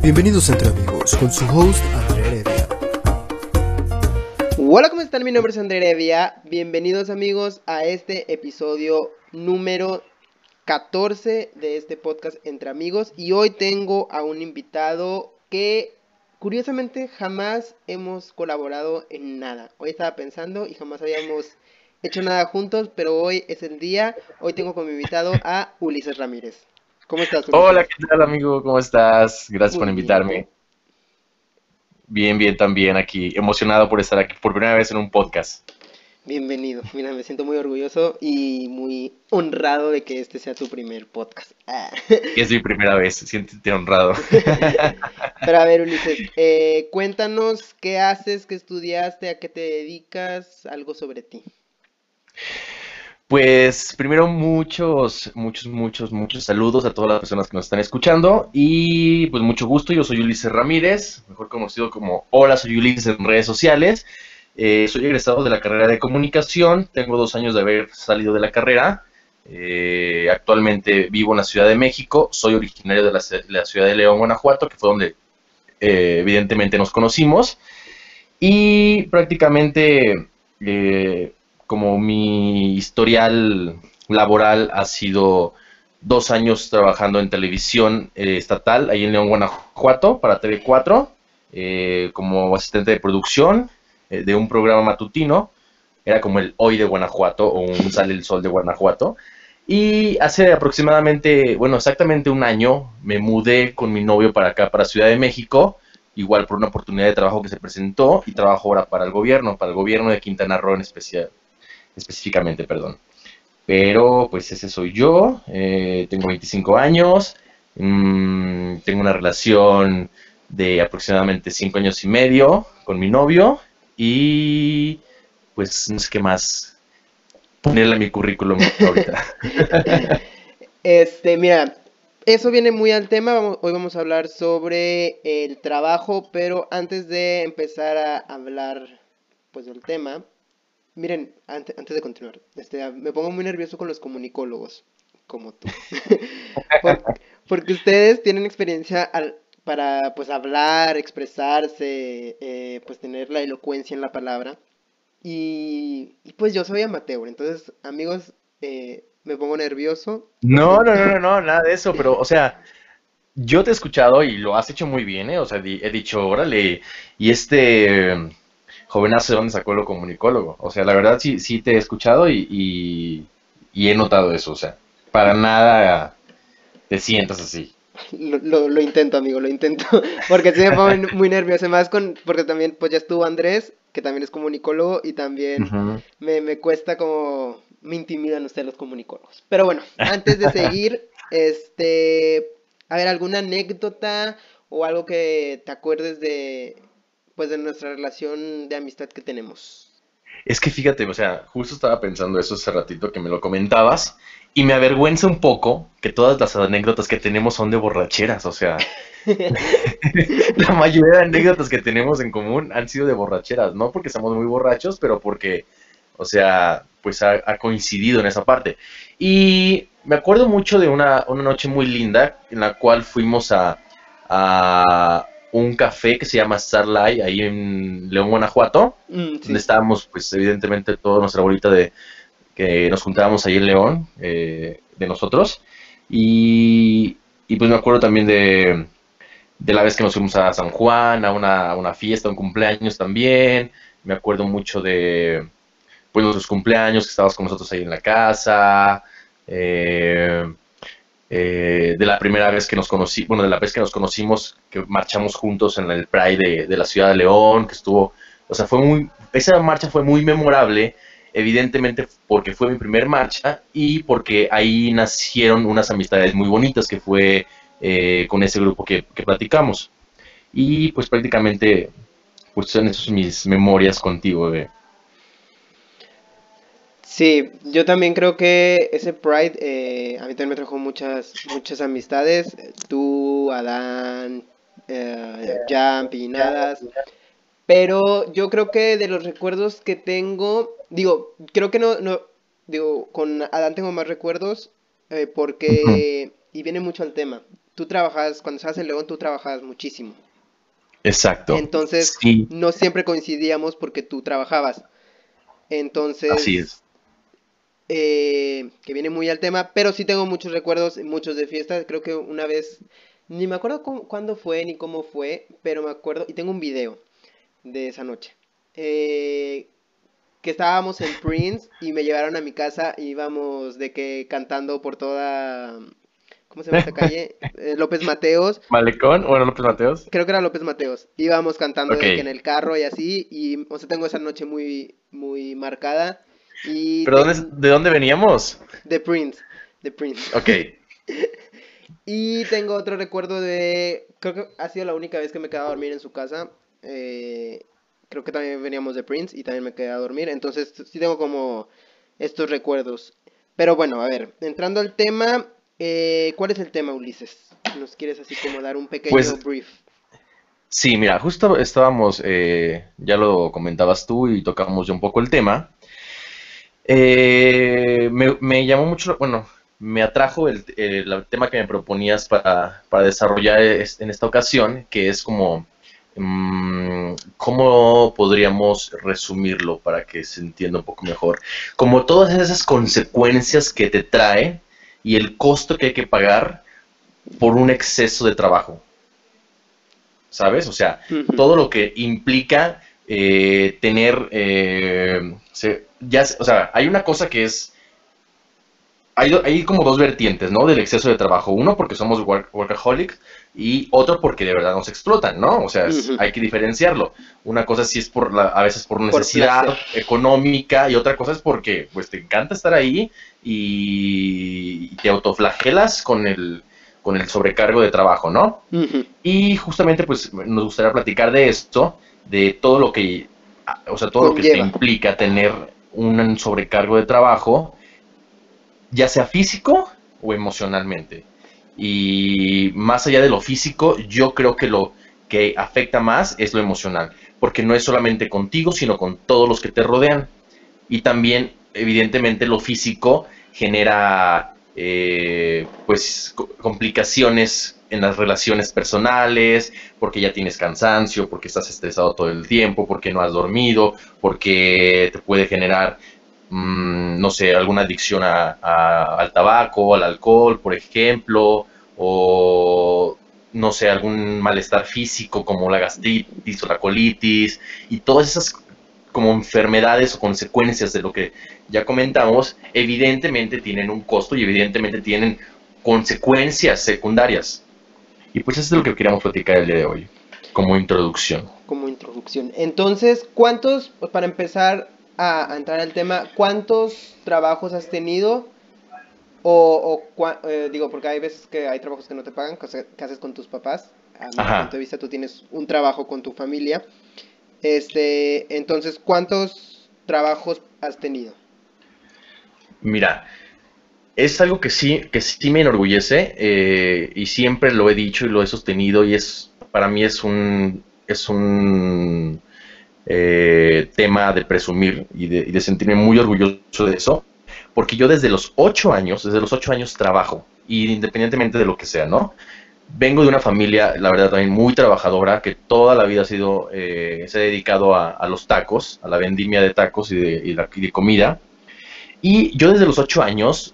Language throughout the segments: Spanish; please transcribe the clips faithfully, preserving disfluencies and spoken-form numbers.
Bienvenidos a Entre Amigos con su host André Heredia. Hola, ¿cómo están? Mi nombre es André Heredia. Bienvenidos amigos a este episodio número catorce de este podcast Entre Amigos. Y hoy tengo a un invitado que curiosamente jamás hemos colaborado en nada. Hoy estaba pensando y jamás habíamos hecho nada juntos, pero hoy es el día. Hoy tengo como invitado a Ulises Ramírez. ¿Cómo estás, Hola, Ulises? ¿qué tal, amigo? ¿Cómo estás? Gracias por Muy bien, ¿y tú? invitarme. Bien, bien, también aquí. Emocionado por estar aquí por primera vez en un podcast. Bienvenido. Mira, me siento muy orgulloso y muy honrado de que este sea tu primer podcast. Ah. Es mi primera vez, siéntete honrado. Pero a ver, Ulises, eh, cuéntanos qué haces, qué estudiaste, a qué te dedicas, algo sobre ti. Pues primero muchos, muchos, muchos, muchos saludos a todas las personas que nos están escuchando y pues mucho gusto, yo soy Ulises Ramírez, mejor conocido como Hola, soy Ulises en redes sociales. Eh, soy egresado de la carrera de comunicación, tengo dos años de haber salido de la carrera. Eh, actualmente vivo en la Ciudad de México, soy originario de la, la ciudad de León, Guanajuato, que fue donde eh, evidentemente nos conocimos. Y prácticamente, eh, como mi historial laboral ha sido dos años trabajando en televisión eh, estatal, ahí en León, Guanajuato, para T V cuatro, eh, como asistente de producción eh, de un programa matutino. Era como el Hoy de Guanajuato o un Sale el Sol de Guanajuato. Y hace aproximadamente, bueno, exactamente un año, me mudé con mi novio para acá, para Ciudad de México, igual por una oportunidad de trabajo que se presentó, y trabajo ahora para el gobierno, para el gobierno de Quintana Roo en especial, específicamente, perdón. Pero pues ese soy yo, eh, tengo veinticinco años, mmm, tengo una relación de aproximadamente cinco años y medio con mi novio, y pues no sé qué más ponerle a mi currículum ahorita. Este, mira, eso viene muy al tema. Vamos- hoy vamos a hablar sobre el trabajo, pero antes de empezar a hablar, pues, del tema, miren, ante- antes de continuar, este, me pongo muy nervioso con los comunicólogos, como tú. Por- porque ustedes tienen experiencia al- para, pues, hablar, expresarse, eh, pues, tener la elocuencia en la palabra. Y, y, pues yo soy amateur, entonces, amigos, eh, me pongo nervioso, lo No, no, siento. no, no, no, nada de eso, pero, o sea, yo te he escuchado y lo has hecho muy bien, ¿eh? O sea, di- he dicho, órale, y este eh, jovenazo de dónde sacó lo comunicólogo. O sea, la verdad sí, sí te he escuchado y, y, y he notado eso, o sea, para nada te sientas así. Lo, lo, lo intento, amigo, lo intento, porque sí me pongo muy nervioso, más con, porque también, pues ya estuvo Andrés, que también es comunicólogo, y también Ujú. me, me cuesta como, me intimidan ustedes los comunicólogos. Pero bueno, antes de seguir, este, a ver, ¿alguna anécdota o algo que te acuerdes de, pues de nuestra relación de amistad que tenemos? Es que fíjate, o sea, justo estaba pensando eso hace ratito que me lo comentabas y me avergüenza un poco que todas las anécdotas que tenemos son de borracheras, o sea, la mayoría de anécdotas que tenemos en común han sido de borracheras, no porque somos muy borrachos, pero porque, o sea, pues ha, ha coincidido en esa parte. Y me acuerdo mucho de una, una noche muy linda en la cual fuimos a, a un café que se llama Starlight, ahí en León, Guanajuato, Mm, donde sí. estábamos, pues evidentemente, toda nuestra bolita de que nos juntábamos ahí en León, eh, de nosotros. Y, y pues me acuerdo también de de la vez que nos fuimos a San Juan, a una, a una fiesta, un cumpleaños también. Me acuerdo mucho de pues, nuestros cumpleaños, que estabas con nosotros ahí en la casa. eh, eh, de la primera vez que nos conocí, bueno, de la vez que nos conocimos, que marchamos juntos en el Pride de, de la ciudad de León, que estuvo, o sea, fue muy, esa marcha fue muy memorable, evidentemente porque fue mi primer marcha y porque ahí nacieron unas amistades muy bonitas que fue eh, con ese grupo que, que platicamos. Y pues prácticamente, pues son esas mis memorias contigo, bebé. Sí, yo también creo que ese Pride eh, a mí también me trajo muchas, muchas amistades. Tú, Adán, eh, Jam, Pinadas. Pero yo creo que de los recuerdos que tengo, digo, creo que no, no, digo, con Adán tengo más recuerdos eh, Ujú. porque, y viene mucho al tema. tú trabajabas, cuando estabas en León, tú trabajabas muchísimo. Exacto. Entonces, Sí, no siempre coincidíamos porque tú trabajabas. así Entonces, es. eh, que viene muy al tema, pero sí tengo muchos recuerdos, muchos de fiesta. Creo que una vez, ni me acuerdo cómo- cuándo fue ni cómo fue, pero me acuerdo, y tengo un video de esa noche. Eh, que estábamos en Prince y me llevaron a mi casa y íbamos de que cantando por toda, ¿cómo se llama esta calle? Eh, López Mateos. Malecón, bueno, López Mateos. Creo que era López Mateos. Íbamos cantando Ok, de que en el carro y así, y o sea, tengo esa noche muy, muy marcada. Y pero ¿dónde, ten- ¿de dónde veníamos? The Prince, The Prince. Ok, Y tengo otro recuerdo de, creo que ha sido la única vez que me quedé a dormir en su casa. Eh, creo que también veníamos de Prince y también me quedé a dormir. Entonces sí tengo como estos recuerdos. Pero bueno, a ver, entrando al tema, eh, ¿cuál es el tema, Ulises? ¿Nos quieres así como dar un pequeño pues brief? sí, mira, justo estábamos, eh, ya lo comentabas tú y tocamos ya un poco el tema. Eh, me, me llamó mucho, bueno, me atrajo el, el- el tema que me proponías para, para desarrollar es- en esta ocasión, que es como, mm, ¿cómo podríamos resumirlo para que se entienda un poco mejor? Como todas esas consecuencias que te trae y el costo que hay que pagar por un exceso de trabajo. ¿Sabes? O sea, Ujú. todo lo que implica eh, tener, eh, se- ya, o sea, hay una cosa que es, hay, do- hay como dos vertientes, ¿no? Del exceso de trabajo. Uno porque somos work- workaholics y otro porque de verdad nos explotan, ¿no? O sea, es- Ujú. hay que diferenciarlo. Una cosa sí es por la, a veces por Por placer. necesidad económica y otra cosa es porque pues te encanta estar ahí y te autoflagelas con el, con el sobrecargo de trabajo, ¿no? Ujú. Y justamente pues nos gustaría platicar de esto, de todo lo que, o sea, todo lo que te Conlleva. implica tener un sobrecargo de trabajo, ya sea físico o emocionalmente. Y más allá de lo físico, yo creo que lo que afecta más es lo emocional, porque no es solamente contigo, sino con todos los que te rodean. Y también, evidentemente, lo físico genera eh, pues co- complicaciones en las relaciones personales, porque ya tienes cansancio, porque estás estresado todo el tiempo, porque no has dormido, porque te puede generar, mm, no sé, alguna adicción a- a- al tabaco, al alcohol, por ejemplo, o no sé, algún malestar físico como la gastritis o la colitis, y todas esas como enfermedades o consecuencias de lo que ya comentamos, evidentemente tienen un costo y evidentemente tienen consecuencias secundarias. Y pues eso es de lo que queríamos platicar el día de hoy, como introducción. Como introducción. Entonces, ¿cuántos, pues, para empezar a, a entrar al tema, cuántos trabajos has tenido? O, o cua- eh, digo, porque hay veces que hay trabajos que no te pagan, que, hace- que haces con tus papás. A mi punto de Ajá, vista, tú tienes un trabajo con tu familia. Este, entonces, ¿cuántos trabajos has tenido? mira, es algo que sí, que sí me enorgullece eh, y siempre lo he dicho y lo he sostenido y es, para mí es un, es un eh, tema de presumir y de, y de sentirme muy orgulloso de eso, porque yo desde los ocho años, desde los ocho años trabajo, y independientemente de lo que sea, ¿no? Vengo de una familia, la verdad, también muy trabajadora, que toda la vida ha sido, eh, se ha dedicado a, a los tacos, a la vendimia de tacos y de, y la- y de comida. Y yo desde los ocho años,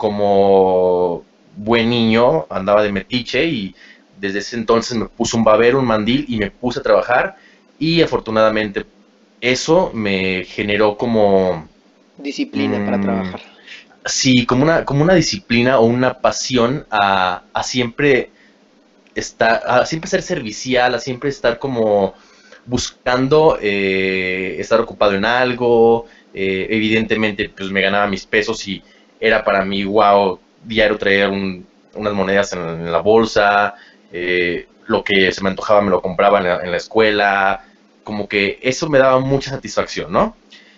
como buen niño, andaba de metiche y desde ese entonces me puse un babero, un mandil y me puse a trabajar. Y afortunadamente eso me generó como, Disciplina para mm, trabajar. sí, como una, como una disciplina o una pasión a, a siempre estar, a siempre ser servicial, a siempre estar como buscando eh, estar ocupado en algo. Eh, evidentemente, pues me ganaba mis pesos y era para mí, wow, diario traer un, unas monedas en, en la bolsa. Eh, lo que se me antojaba me lo compraba en la, en la escuela. Como que eso me daba mucha satisfacción, ¿no?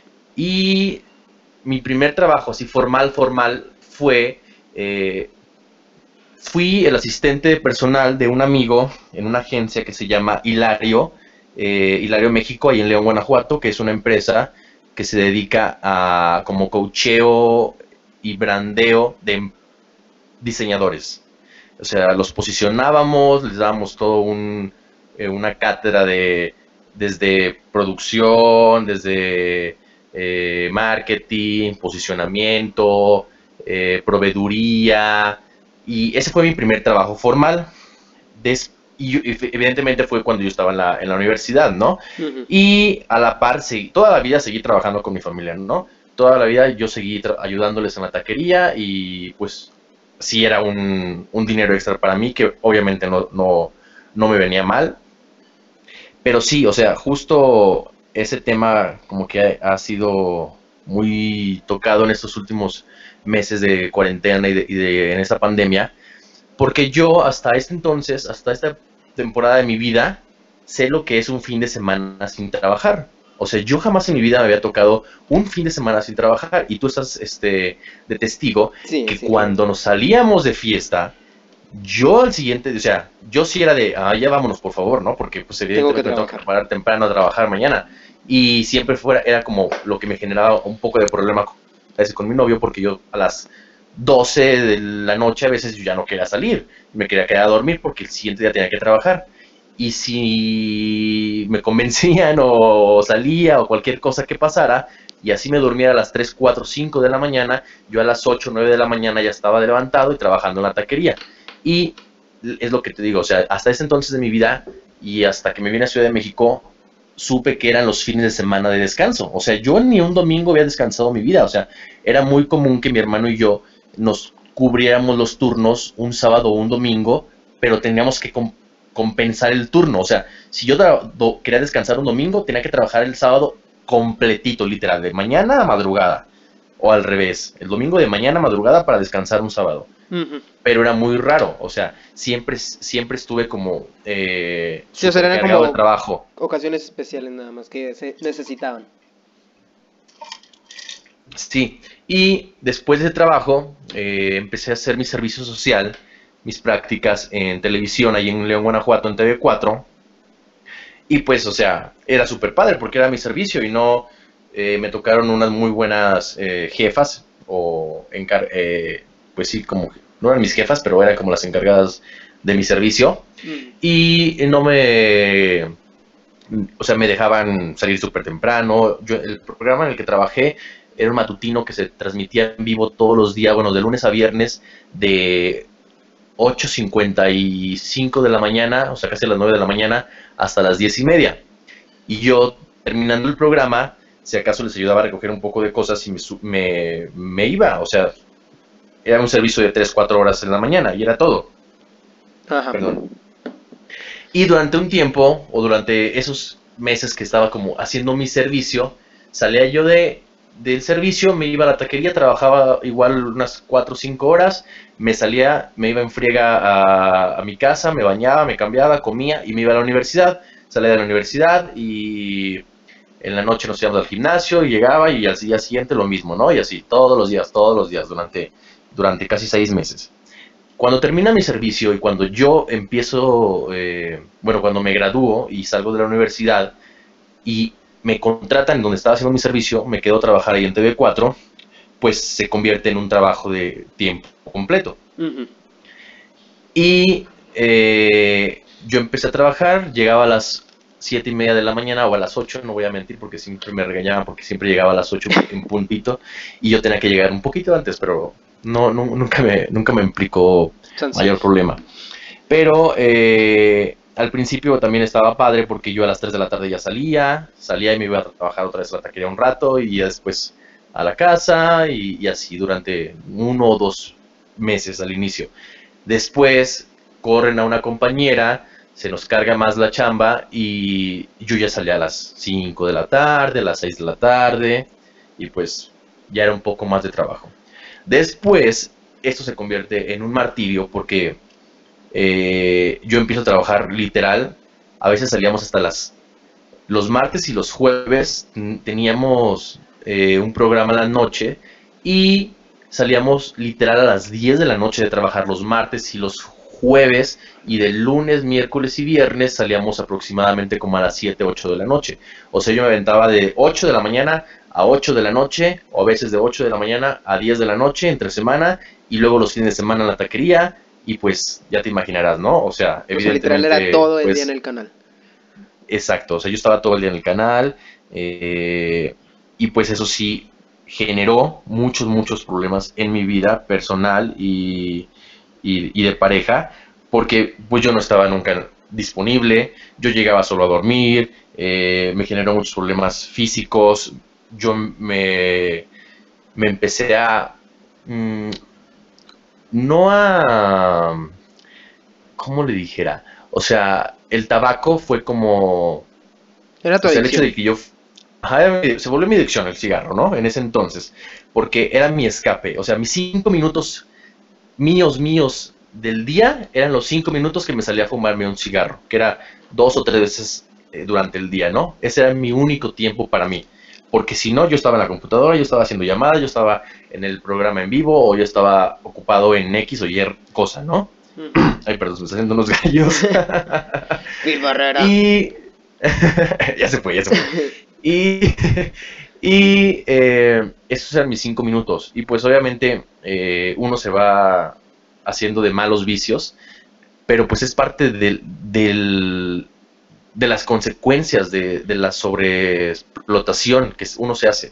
Y mi primer trabajo, así formal, formal, fue, eh, fui el asistente personal de un amigo en una agencia que se llama Hilario, eh, Hilario México, ahí en León, Guanajuato, que es una empresa que se dedica a como coacheo y brandeo de diseñadores. O sea, los posicionábamos, les dábamos todo un, eh, una cátedra de desde producción, desde eh, marketing, posicionamiento, eh, proveeduría, y ese fue mi primer trabajo formal. Des y yo, evidentemente fue cuando yo estaba en la, en la universidad, ¿no? Ujú. Y a la par, seguí, toda la vida seguí trabajando con mi familia, ¿no? Toda la vida yo seguí ayudándoles en la taquería y pues sí era un, un dinero extra para mí que obviamente no, no, no me venía mal. Pero sí, o sea, justo ese tema como que ha, ha sido muy tocado en estos últimos meses de cuarentena y de, y de en esta pandemia, porque yo hasta este entonces, hasta esta temporada de mi vida, sé lo que es un fin de semana sin trabajar. O sea, yo jamás en mi vida me había tocado un fin de semana sin trabajar. Y tú estás este, de testigo Sí, que sí, cuando nos salíamos de fiesta, yo al siguiente, o sea, yo sí era de, ah, ya vámonos por favor, ¿no? Porque pues tengo que evidentemente me tengo que trabajar. parar temprano a trabajar mañana. Y siempre fuera, era como lo que me generaba un poco de problema a veces con mi novio, porque yo a las doce de la noche a veces yo ya no quería salir, me quería quedar a dormir porque el siguiente día tenía que trabajar. Y si me convencían o salía o cualquier cosa que pasara, y así me dormía a las tres, cuatro, cinco de la mañana, yo a las ocho, nueve de la mañana ya estaba levantado y trabajando en la taquería. Y es lo que te digo, o sea, hasta ese entonces de mi vida y hasta que me vine a Ciudad de México, supe que eran los fines de semana de descanso. O sea, yo ni un domingo había descansado mi vida. O sea, era muy común que mi hermano y yo nos cubriéramos los turnos un sábado o un domingo, pero teníamos que comp compensar el turno. O sea, si yo do, quería descansar un domingo, tenía que trabajar el sábado completito, literal, de mañana a madrugada. O al revés, el domingo de mañana a madrugada para descansar un sábado. Ujú. Pero era muy raro, o sea, siempre, siempre estuve como eh, Sí, o sea, eran supercargado de como trabajo. ocasiones especiales nada más que se necesitaban. Sí, y después de ese trabajo eh, empecé a hacer mi servicio social, mis prácticas en televisión, ahí en León, Guanajuato, en T V cuatro. Y pues, o sea, era súper padre porque era mi servicio y no eh, me tocaron unas muy buenas eh, jefas, o encar eh, pues sí, como, no eran mis jefas, pero eran como las encargadas de mi servicio. Mm. Y no me, o sea, me dejaban salir súper temprano. Yo, el programa en el que trabajé era un matutino que se transmitía en vivo todos los días, bueno, de lunes a viernes, de ocho cincuenta y cinco de la mañana, o sea, casi a las nueve de la mañana, hasta las diez y media. Y yo, terminando el programa, si acaso les ayudaba a recoger un poco de cosas y me, me, me iba. O sea, era un servicio de tres, cuatro horas en la mañana y era todo. Ajá. Perdón. Y durante un tiempo, o durante esos meses que estaba como haciendo mi servicio, salía yo de, del servicio, me iba a la taquería, trabajaba igual unas cuatro o cinco horas, me salía, me iba en friega a, a mi casa, me bañaba, me cambiaba, comía y me iba a la universidad. Salía de la universidad y en la noche nos íbamos al gimnasio y llegaba y al día siguiente lo mismo, ¿no? Y así, todos los días, todos los días, durante, durante casi seis meses. Cuando termina mi servicio y cuando yo empiezo, eh, bueno, cuando me gradúo y salgo de la universidad y me contratan donde estaba haciendo mi servicio, me quedo a trabajar ahí en T V cuatro, pues se convierte en un trabajo de tiempo completo. Uh-huh. Y eh, yo empecé a trabajar, llegaba a las siete y media de la mañana o a las ocho, no voy a mentir porque siempre me regañaban porque siempre llegaba a las ocho en puntito y yo tenía que llegar un poquito antes, pero no, no nunca me nunca me implicó mayor problema. Pero eh, al principio también estaba padre porque yo a las tres de la tarde ya salía, salía y me iba a trabajar otra vez a la taquería un rato y ya después a la casa y, y así durante uno o dos meses al inicio. Después corren a una compañera, se nos carga más la chamba y yo ya salía a las cinco de la tarde, a las seis de la tarde y pues ya era un poco más de trabajo. Después esto se convierte en un martirio porque eh, yo empiezo a trabajar literal, a veces salíamos hasta las... Los martes y los jueves teníamos eh, un programa a la noche y salíamos literal a las diez de la noche de trabajar los martes y los jueves, y de lunes, miércoles y viernes salíamos aproximadamente como a las siete, ocho de la noche. O sea, yo me aventaba de ocho de la mañana a ocho de la noche, o a veces de ocho de la mañana a diez de la noche entre semana, y luego los fines de semana en la taquería, y pues ya te imaginarás, ¿no? O sea, O sea, literal era evidentemente, todo el pues, día en el canal. exacto, o sea, yo estaba todo el día en el canal, eh, y pues eso sí generó muchos, muchos problemas en mi vida personal y, y, y de pareja, porque pues yo no estaba nunca disponible, yo llegaba solo a dormir, eh, me generó muchos problemas físicos, yo me, me empecé a, mm, no a, ¿cómo le dijera? O sea, el tabaco fue como, Era tu o sea, el hecho adicción. de que yo, ajá, se volvió mi adicción el cigarro, ¿no? En ese entonces, porque era mi escape, o sea, mis cinco minutos míos, míos del día eran los cinco minutos que me salía a fumarme un cigarro, que era dos o tres veces eh, durante el día, ¿no? Ese era mi único tiempo para mí. Porque si no, yo estaba en la computadora, yo estaba haciendo llamadas, yo estaba en el programa en vivo o yo estaba ocupado en X o Y cosa, ¿no? Ujú. Ay, perdón, se me están haciendo unos gallos. Phil Barrera. Y ya se fue, ya se fue. Y, y eh, esos eran mis cinco minutos. Y pues obviamente eh, uno se va haciendo de malos vicios, pero pues es parte del, del, de las consecuencias de, de la sobreexplotación que uno se hace.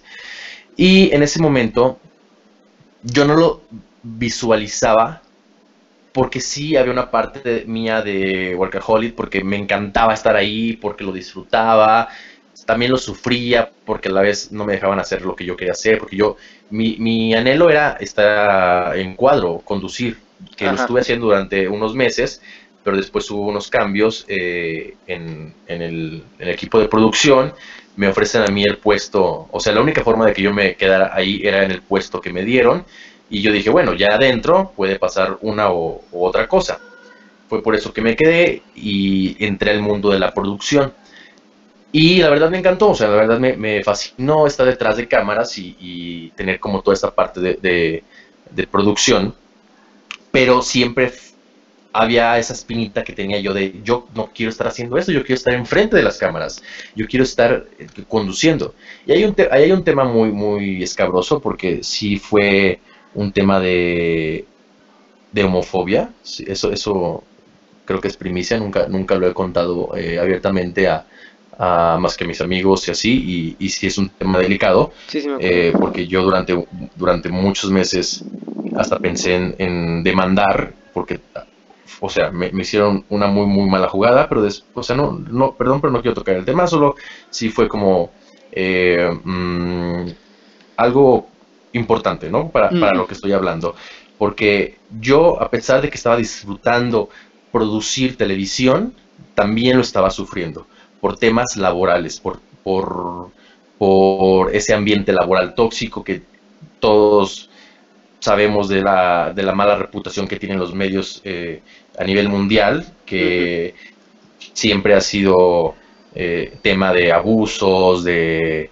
Y en ese momento yo no lo visualizaba porque sí había una parte de, mía de workaholic, porque me encantaba estar ahí, porque lo disfrutaba, también lo sufría, porque a la vez no me dejaban hacer lo que yo quería hacer, porque yo, mi, mi anhelo era estar en cuadro, conducir, que lo Ajá. estuve haciendo durante unos meses, pero después hubo unos cambios eh, en, en, el, en el equipo de producción, me ofrecen a mí el puesto, o sea, la única forma de que yo me quedara ahí era en el puesto que me dieron, y yo dije, bueno, ya adentro puede pasar una o, o otra cosa. Fue por eso que me quedé y entré al mundo de la producción. Y la verdad me encantó, o sea, la verdad me, me fascinó estar detrás de cámaras y, y tener como toda esta parte de, de, de producción, pero siempre había esa espinita que tenía yo de, yo no quiero estar haciendo eso, yo quiero estar enfrente de las cámaras, yo quiero estar eh, conduciendo. Y hay un, te hay un tema muy, muy escabroso porque sí fue un tema de, de homofobia, sí, eso, eso creo que es primicia, nunca, nunca lo he contado eh, abiertamente a, a más que a mis amigos y así, y, y sí es un tema delicado, Sí, sí me acuerdo. eh, porque yo durante, durante muchos meses hasta pensé en, en demandar, porque, o sea, me, me hicieron una muy, muy mala jugada, pero después, o sea, no, no, perdón, pero no quiero tocar el tema, solo sí fue como eh, mmm, algo importante, ¿no? Para, para Ujú. lo que estoy hablando. Porque yo, a pesar de que estaba disfrutando producir televisión, también lo estaba sufriendo por temas laborales, por, por, por ese ambiente laboral tóxico que todos sabemos de la, de la mala reputación que tienen los medios eh, a nivel mundial, Ujú. que siempre ha sido eh, tema de abusos, de,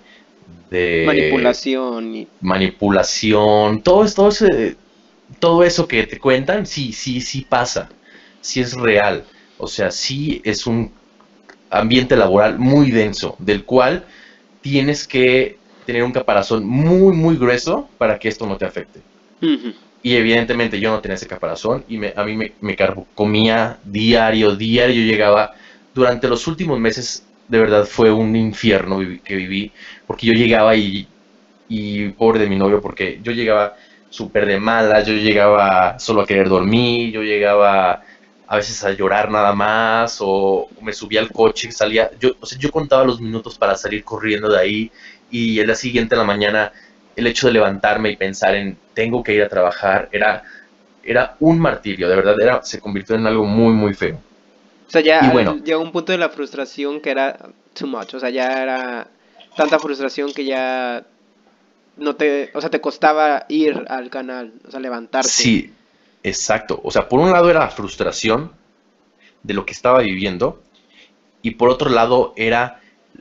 de Manipulación y... manipulación, todo, es- todo, ese- todo eso que te cuentan, sí, sí, sí pasa, sí es real. O sea, sí es un ambiente laboral muy denso, del cual tienes que tener un caparazón muy, muy grueso para que esto no te afecte. Ujú. Y evidentemente yo no tenía ese caparazón y me, a mí me, me comía diario, diario. Yo llegaba, durante los últimos meses, de verdad fue un infierno vivi- que viví, porque yo llegaba y, y pobre de mi novio, porque yo llegaba súper de malas, yo llegaba solo a querer dormir, yo llegaba a veces a llorar nada más, o me subía al coche, salía, yo, o sea, yo contaba los minutos para salir corriendo de ahí, y el día siguiente en la mañana, el hecho de levantarme y pensar en tengo que ir a trabajar, era, era un martirio, de verdad, era, se convirtió en algo muy, muy feo. O sea, ya Y al- bueno, llegó un punto de la frustración que era too much. O sea, ya era tanta frustración que ya no te... O sea, te costaba ir al canal, o sea, levantarte. sí, exacto, o sea, por un lado era la frustración de lo que estaba viviendo, y por otro lado era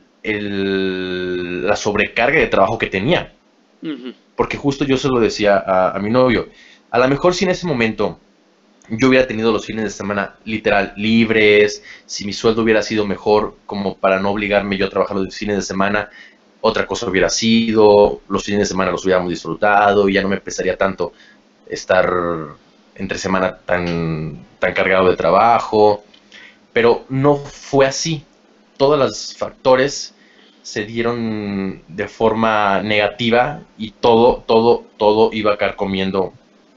el, la sobrecarga de trabajo que tenía. Ujú. Porque justo yo se lo decía a, a mi novio, a lo mejor si en ese momento yo hubiera tenido los fines de semana literal libres, si mi sueldo hubiera sido mejor como para no obligarme yo a trabajar los fines de semana, otra cosa hubiera sido, los fines de semana los hubiéramos disfrutado y ya no me pesaría tanto estar entre semana tan, tan cargado de trabajo, pero no fue así. Todos los factores se dieron de forma negativa y todo, todo, todo iba carcomiendo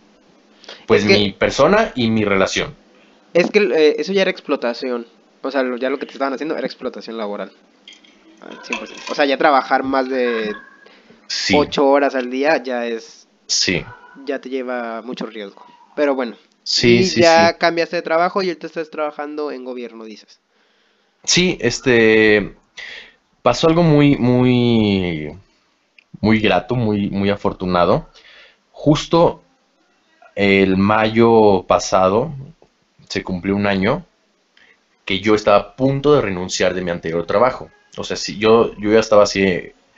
Es pues que, mi persona y mi relación. es que eh, eso ya era explotación. O sea, lo- ya lo que te estaban haciendo era explotación laboral. Al cien por ciento. O sea, ya trabajar más de Sí, ocho horas al día ya es, sí, ya te lleva mucho riesgo. Pero bueno. sí, Y sí, sí. ya cambiaste de trabajo y ahorita estás trabajando en gobierno, dices. Sí, este, pasó algo muy, muy, muy grato, muy, muy afortunado. Justo el mayo pasado se cumplió un año que yo estaba a punto de renunciar de mi anterior trabajo. O sea, si yo, yo ya estaba así,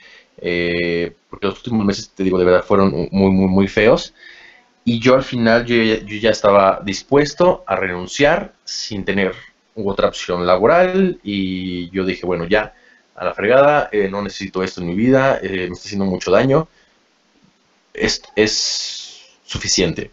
eh, porque los últimos meses, te digo, de verdad fueron muy, muy, muy feos. Y yo al final, yo, ya- yo ya estaba dispuesto a renunciar sin tener otra opción laboral. Y yo dije, bueno, ya, a la fregada, eh, no necesito esto en mi vida, eh, me está haciendo mucho daño, es, es suficiente.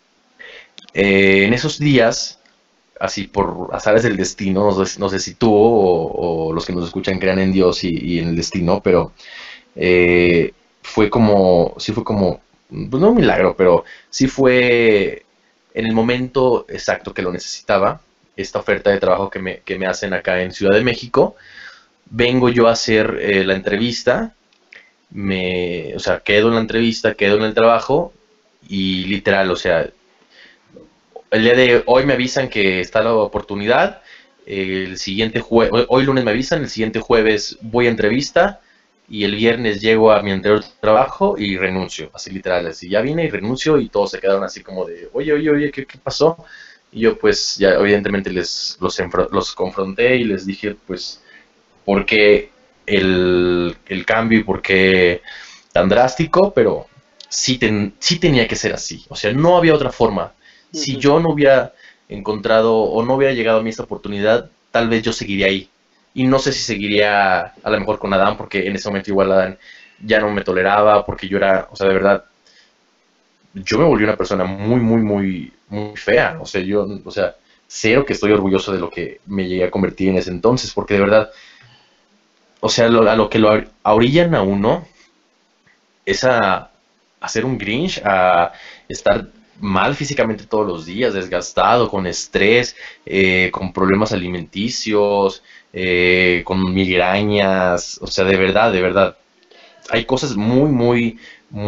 Eh, en esos días, así por azares del destino, no sé, no sé si tú o, o los que nos escuchan crean en Dios y, y en el destino, pero eh, fue como, sí fue como, pues no un milagro, pero sí fue en el momento exacto que lo necesitaba, esta oferta de trabajo que me, que me hacen acá en Ciudad de México. Vengo yo a hacer eh, la entrevista, me, o sea, quedo en la entrevista, quedo en el trabajo y literal, o sea, el día de hoy me avisan que está la oportunidad, el siguiente jueves, hoy, hoy lunes me avisan, el siguiente jueves voy a entrevista y el viernes llego a mi anterior trabajo y renuncio, así literal, así ya vine y renuncio y todos se quedaron así como de, oye, oye, oye, ¿qué, qué pasó? Y yo pues ya evidentemente les los, los confronté y les dije pues por qué el, el cambio y por qué tan drástico, pero sí, ten, sí tenía que ser así, o sea, no había otra forma. Si Ujú. yo no hubiera encontrado o no hubiera llegado a mí esta oportunidad, tal vez yo seguiría ahí. Y no sé si seguiría a lo mejor con Adán, porque en ese momento igual Adán ya no me toleraba, porque yo era, o sea, de verdad, yo me volví una persona muy, muy, muy, muy fea. O sea, yo, o sea, cero que estoy orgulloso de lo que me llegué a convertir en ese entonces, porque de verdad, o sea, lo, a lo que lo a orillan a uno es a hacer un Grinch, a estar mal físicamente todos los días, desgastado, con estrés, eh, con problemas alimenticios, eh, con migrañas, o sea, de verdad, de verdad, hay cosas muy, muy,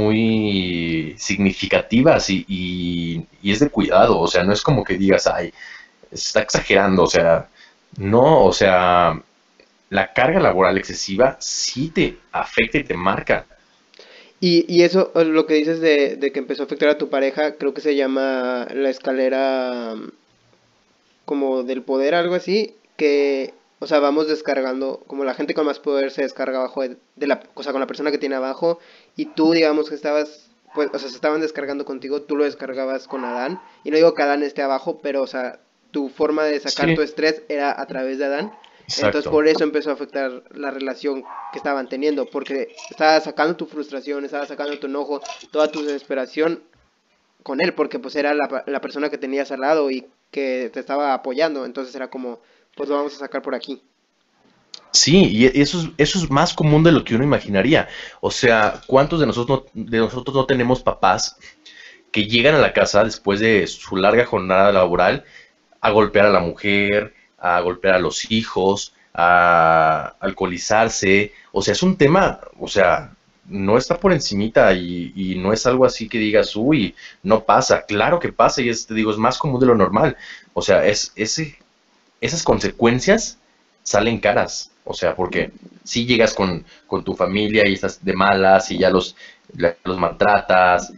muy significativas y, y, y es de cuidado, o sea, no es como que digas, ay, está exagerando, o sea, no, o sea, la carga laboral excesiva sí te afecta y te marca. Y, y eso, eh, lo que dices de, de que empezó a afectar a tu pareja, creo que se llama la escalera mm, como del poder, algo así, que, o sea, vamos descargando, como la gente con más poder se descarga abajo de, de la, o sea, con la persona que tiene abajo, y tú, digamos que estabas, pues, o sea, se estaban descargando contigo, tú lo descargabas con Adán, y no digo que Adán esté abajo, pero, o sea, tu forma de sacar tu Sí, estrés era a través de Adán, entonces exacto. por eso empezó a afectar la relación que estaban teniendo, porque estabas sacando tu frustración, estabas sacando tu enojo, toda tu desesperación con él, porque pues era la, la persona que tenías al lado y que te estaba apoyando, entonces era como, pues lo vamos a sacar por aquí. Sí, y e- eso es, eso es más común de lo que uno imaginaría. O sea, ¿cuántos de nosotros no, de nosotros no tenemos papás que llegan a la casa después de su larga jornada laboral a golpear a la mujer, a golpear a los hijos, a alcoholizarse? O sea, es un tema, o sea, no está por encimita y, y no es algo así que digas, uy, no pasa. Claro que pasa y es, te digo, es más común de lo normal. O sea, es, ese, esas consecuencias salen caras. O sea, porque si llegas con, con tu familia y estás de malas y ya los, ya los maltratas,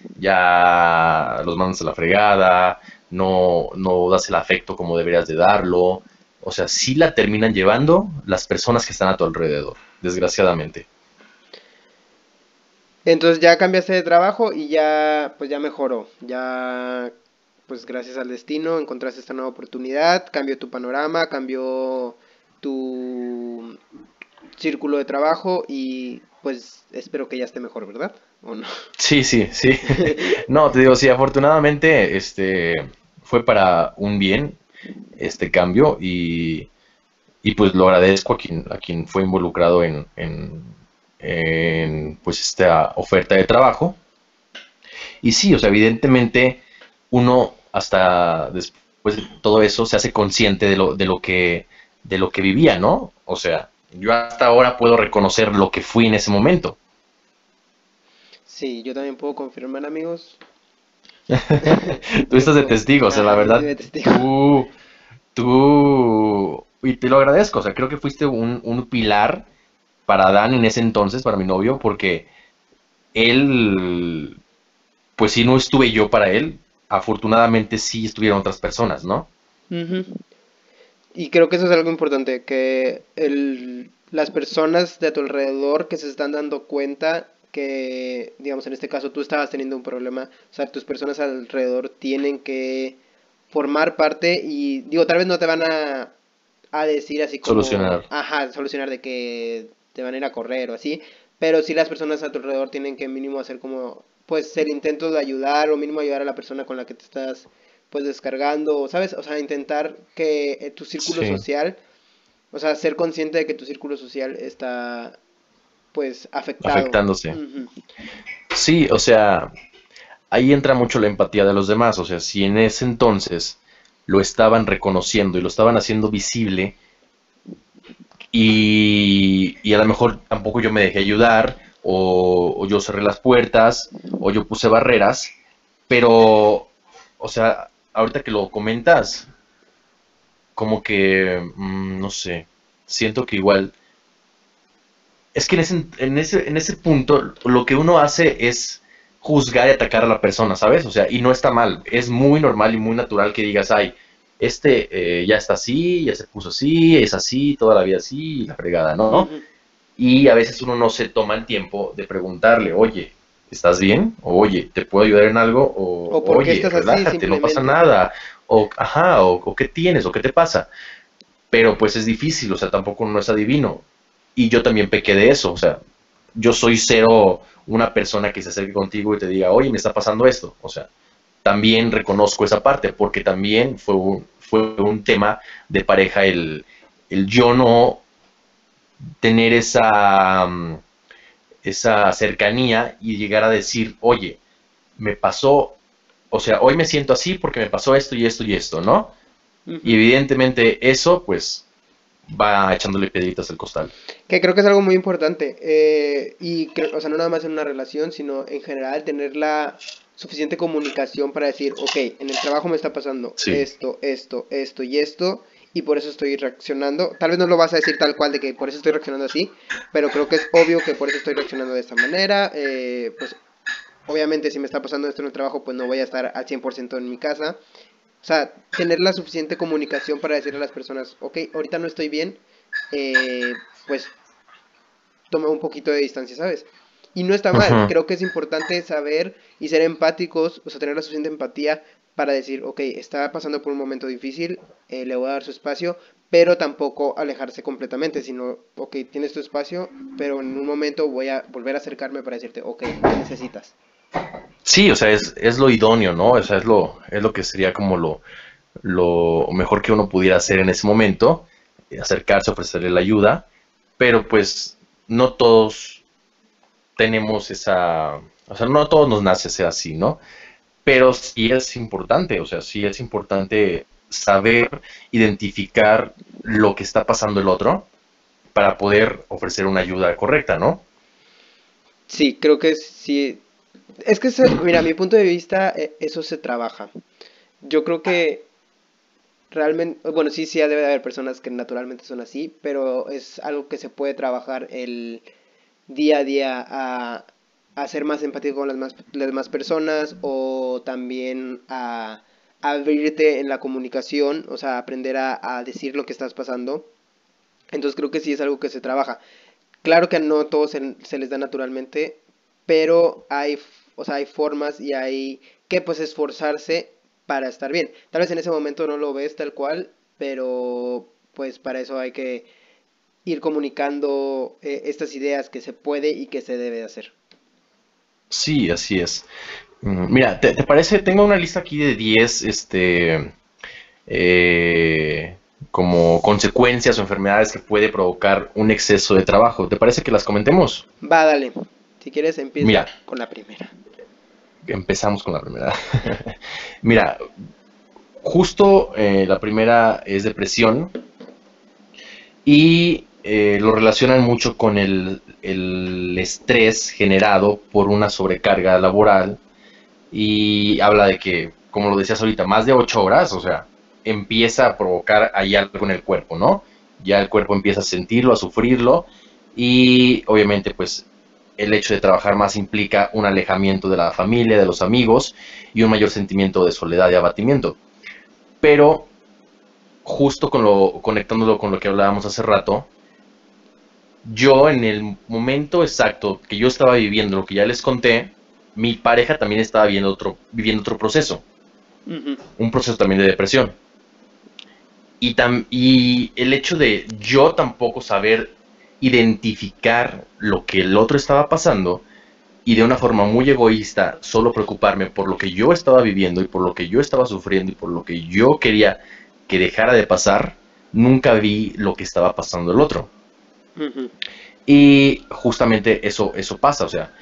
ya los mandas a la fregada, no, no das el afecto como deberías de darlo. O sea, sí la terminan llevando las personas que están a tu alrededor, desgraciadamente. Entonces ya cambiaste de trabajo y ya, pues ya mejoró, ya, pues gracias al destino encontraste esta nueva oportunidad, cambió tu panorama, cambió tu círculo de trabajo y pues espero que ya esté mejor, ¿verdad? ¿o no? Sí, sí, sí. No, te digo, sí, afortunadamente, este, fue para un bien este cambio y, y pues lo agradezco a quien, a quien fue involucrado en, en, en, pues esta oferta de trabajo. Y sí, o sea, evidentemente uno hasta después de todo eso se hace consciente de lo, de lo que, de lo que vivía, ¿no? O sea, yo hasta ahora puedo reconocer lo que fui en ese momento. Sí, yo también puedo confirmar, amigos. Tú Yo estás de puedo. testigo, o sea, la Ajá, yo estoy verdad, de testigo. tú, tú, y te lo agradezco, o sea, creo que fuiste un, un pilar para Dan en ese entonces, para mi novio, porque él, pues si no estuve yo para él, afortunadamente sí estuvieron otras personas, ¿no? Ujú. Y creo que eso es algo importante, que el, las personas de tu alrededor que se están dando cuenta que, digamos, en este caso tú estabas teniendo un problema, o sea, tus personas alrededor tienen que formar parte y, digo, tal vez no te van a, a decir así como, Solucionar. ajá, solucionar de que te van a ir a correr o así, pero sí las personas a tu alrededor tienen que mínimo hacer como, pues, el intento de ayudar o mínimo ayudar a la persona con la que te estás pues descargando, ¿sabes? O sea, intentar que eh, tu círculo Sí, social, o sea, ser consciente de que tu círculo social está, pues, afectado. afectándose. Ujú. Sí, o sea, ahí entra mucho la empatía de los demás, o sea, si en ese entonces lo estaban reconociendo y lo estaban haciendo visible, y, y a lo mejor tampoco yo me dejé ayudar, o, o yo cerré las puertas, o yo puse barreras, pero, o sea, ahorita que lo comentas, como que, mm, no sé, siento que igual, es que en ese, en ese, en ese punto lo que uno hace es juzgar y atacar a la persona, ¿sabes? O sea, y no está mal, es muy normal y muy natural que digas, ay, este eh, ya está así, ya se puso así, es así, toda la vida así, y la fregada, ¿no? Ujú. Y a veces uno no se toma el tiempo de preguntarle, oye, ¿estás bien? O, oye, ¿te puedo ayudar en algo? O, O por qué oye, estás así, relájate, no pasa simplemente. nada. O, ajá, o, o ¿qué tienes? ¿O qué te pasa? Pero pues es difícil, o sea, tampoco no es adivino. Y yo también pequé de eso, o sea, yo soy cero una persona que se acerque contigo y te diga, oye, me está pasando esto. O sea, también reconozco esa parte, porque también fue un, fue un tema de pareja el, el yo no tener esa, mm, esa cercanía y llegar a decir, oye, me pasó, o sea, hoy me siento así porque me pasó esto y esto y esto, ¿no? Y Ujú. evidentemente eso, pues, va echándole piedritas al costal. Que creo que es algo muy importante. Eh, y, cre- o sea, no nada más en una relación, sino en general tener la suficiente comunicación para decir, ok, en el trabajo me está pasando Sí. esto, esto, esto y esto, y por eso estoy reaccionando. Tal vez no lo vas a decir tal cual de que por eso estoy reaccionando así, pero creo que es obvio que por eso estoy reaccionando de esta manera. Eh, pues obviamente si me está pasando esto en el trabajo, pues no voy a estar al cien por ciento en mi casa. O sea, tener la suficiente comunicación para decirle a las personas, ok, ahorita no estoy bien, eh, pues toma un poquito de distancia, ¿sabes? Y no está mal, Ujú. creo que es importante saber y ser empáticos, o sea, tener la suficiente empatía para decir, ok, está pasando por un momento difícil, eh, le voy a dar su espacio, pero tampoco alejarse completamente, sino, ok, tienes tu espacio, pero en un momento voy a volver a acercarme para decirte, ok, ¿qué necesitas? Sí, o sea, es, es lo idóneo, ¿no? O sea, es lo, es lo que sería como lo, lo mejor que uno pudiera hacer en ese momento, eh, acercarse, ofrecerle la ayuda, pero pues no todos tenemos esa, o sea, no a todos nos nace ser así, ¿no? Pero sí es importante, o sea, sí es importante saber identificar lo que está pasando el otro para poder ofrecer una ayuda correcta, ¿no? Sí, creo que sí. Es que, se- mira, a mi punto de vista, eh, eso se trabaja. Yo creo que realmente, bueno, sí, sí, debe de haber personas que naturalmente son así, pero es algo que se puede trabajar el día a día a, a ser más empático con las más, las demás personas o también a, a abrirte en la comunicación, o sea, aprender a, a decir lo que estás pasando. Entonces creo que sí es algo que se trabaja. Claro que no todos se, se les da naturalmente, pero hay, o sea, hay formas y hay que pues esforzarse para estar bien. Tal vez en ese momento no lo ves tal cual, pero pues para eso hay que ir comunicando eh, estas ideas que se puede y que se debe hacer. Sí, así es. Mm, Mira, ¿te, te parece? Tengo una lista aquí de diez, este, eh, como consecuencias o enfermedades que puede provocar un exceso de trabajo. ¿Te parece que las comentemos? Va, dale. Si quieres, empieza Mira, con la primera. empezamos con la primera. Mira, justo eh, la primera es depresión y eh, lo relacionan mucho con el, el estrés generado por una sobrecarga laboral y habla de que, como lo decías ahorita, más de ocho horas, o sea, empieza a provocar ahí algo en el cuerpo, ¿no? Ya el cuerpo empieza a sentirlo, a sufrirlo y obviamente pues el hecho de trabajar más implica un alejamiento de la familia, de los amigos y un mayor sentimiento de soledad y abatimiento. Pero justo con lo, conectándolo con lo que hablábamos hace rato, yo en el momento exacto que yo estaba viviendo lo que ya les conté, mi pareja también estaba viviendo otro, viviendo otro proceso, Ujú, un proceso también de depresión. Y, tam, y el hecho de yo tampoco saber identificar lo que el otro estaba pasando y de una forma muy egoísta solo preocuparme por lo que yo estaba viviendo y por lo que yo estaba sufriendo y por lo que yo quería que dejara de pasar, nunca vi lo que estaba pasando el otro. ujú. Y justamente eso, eso pasa, o sea,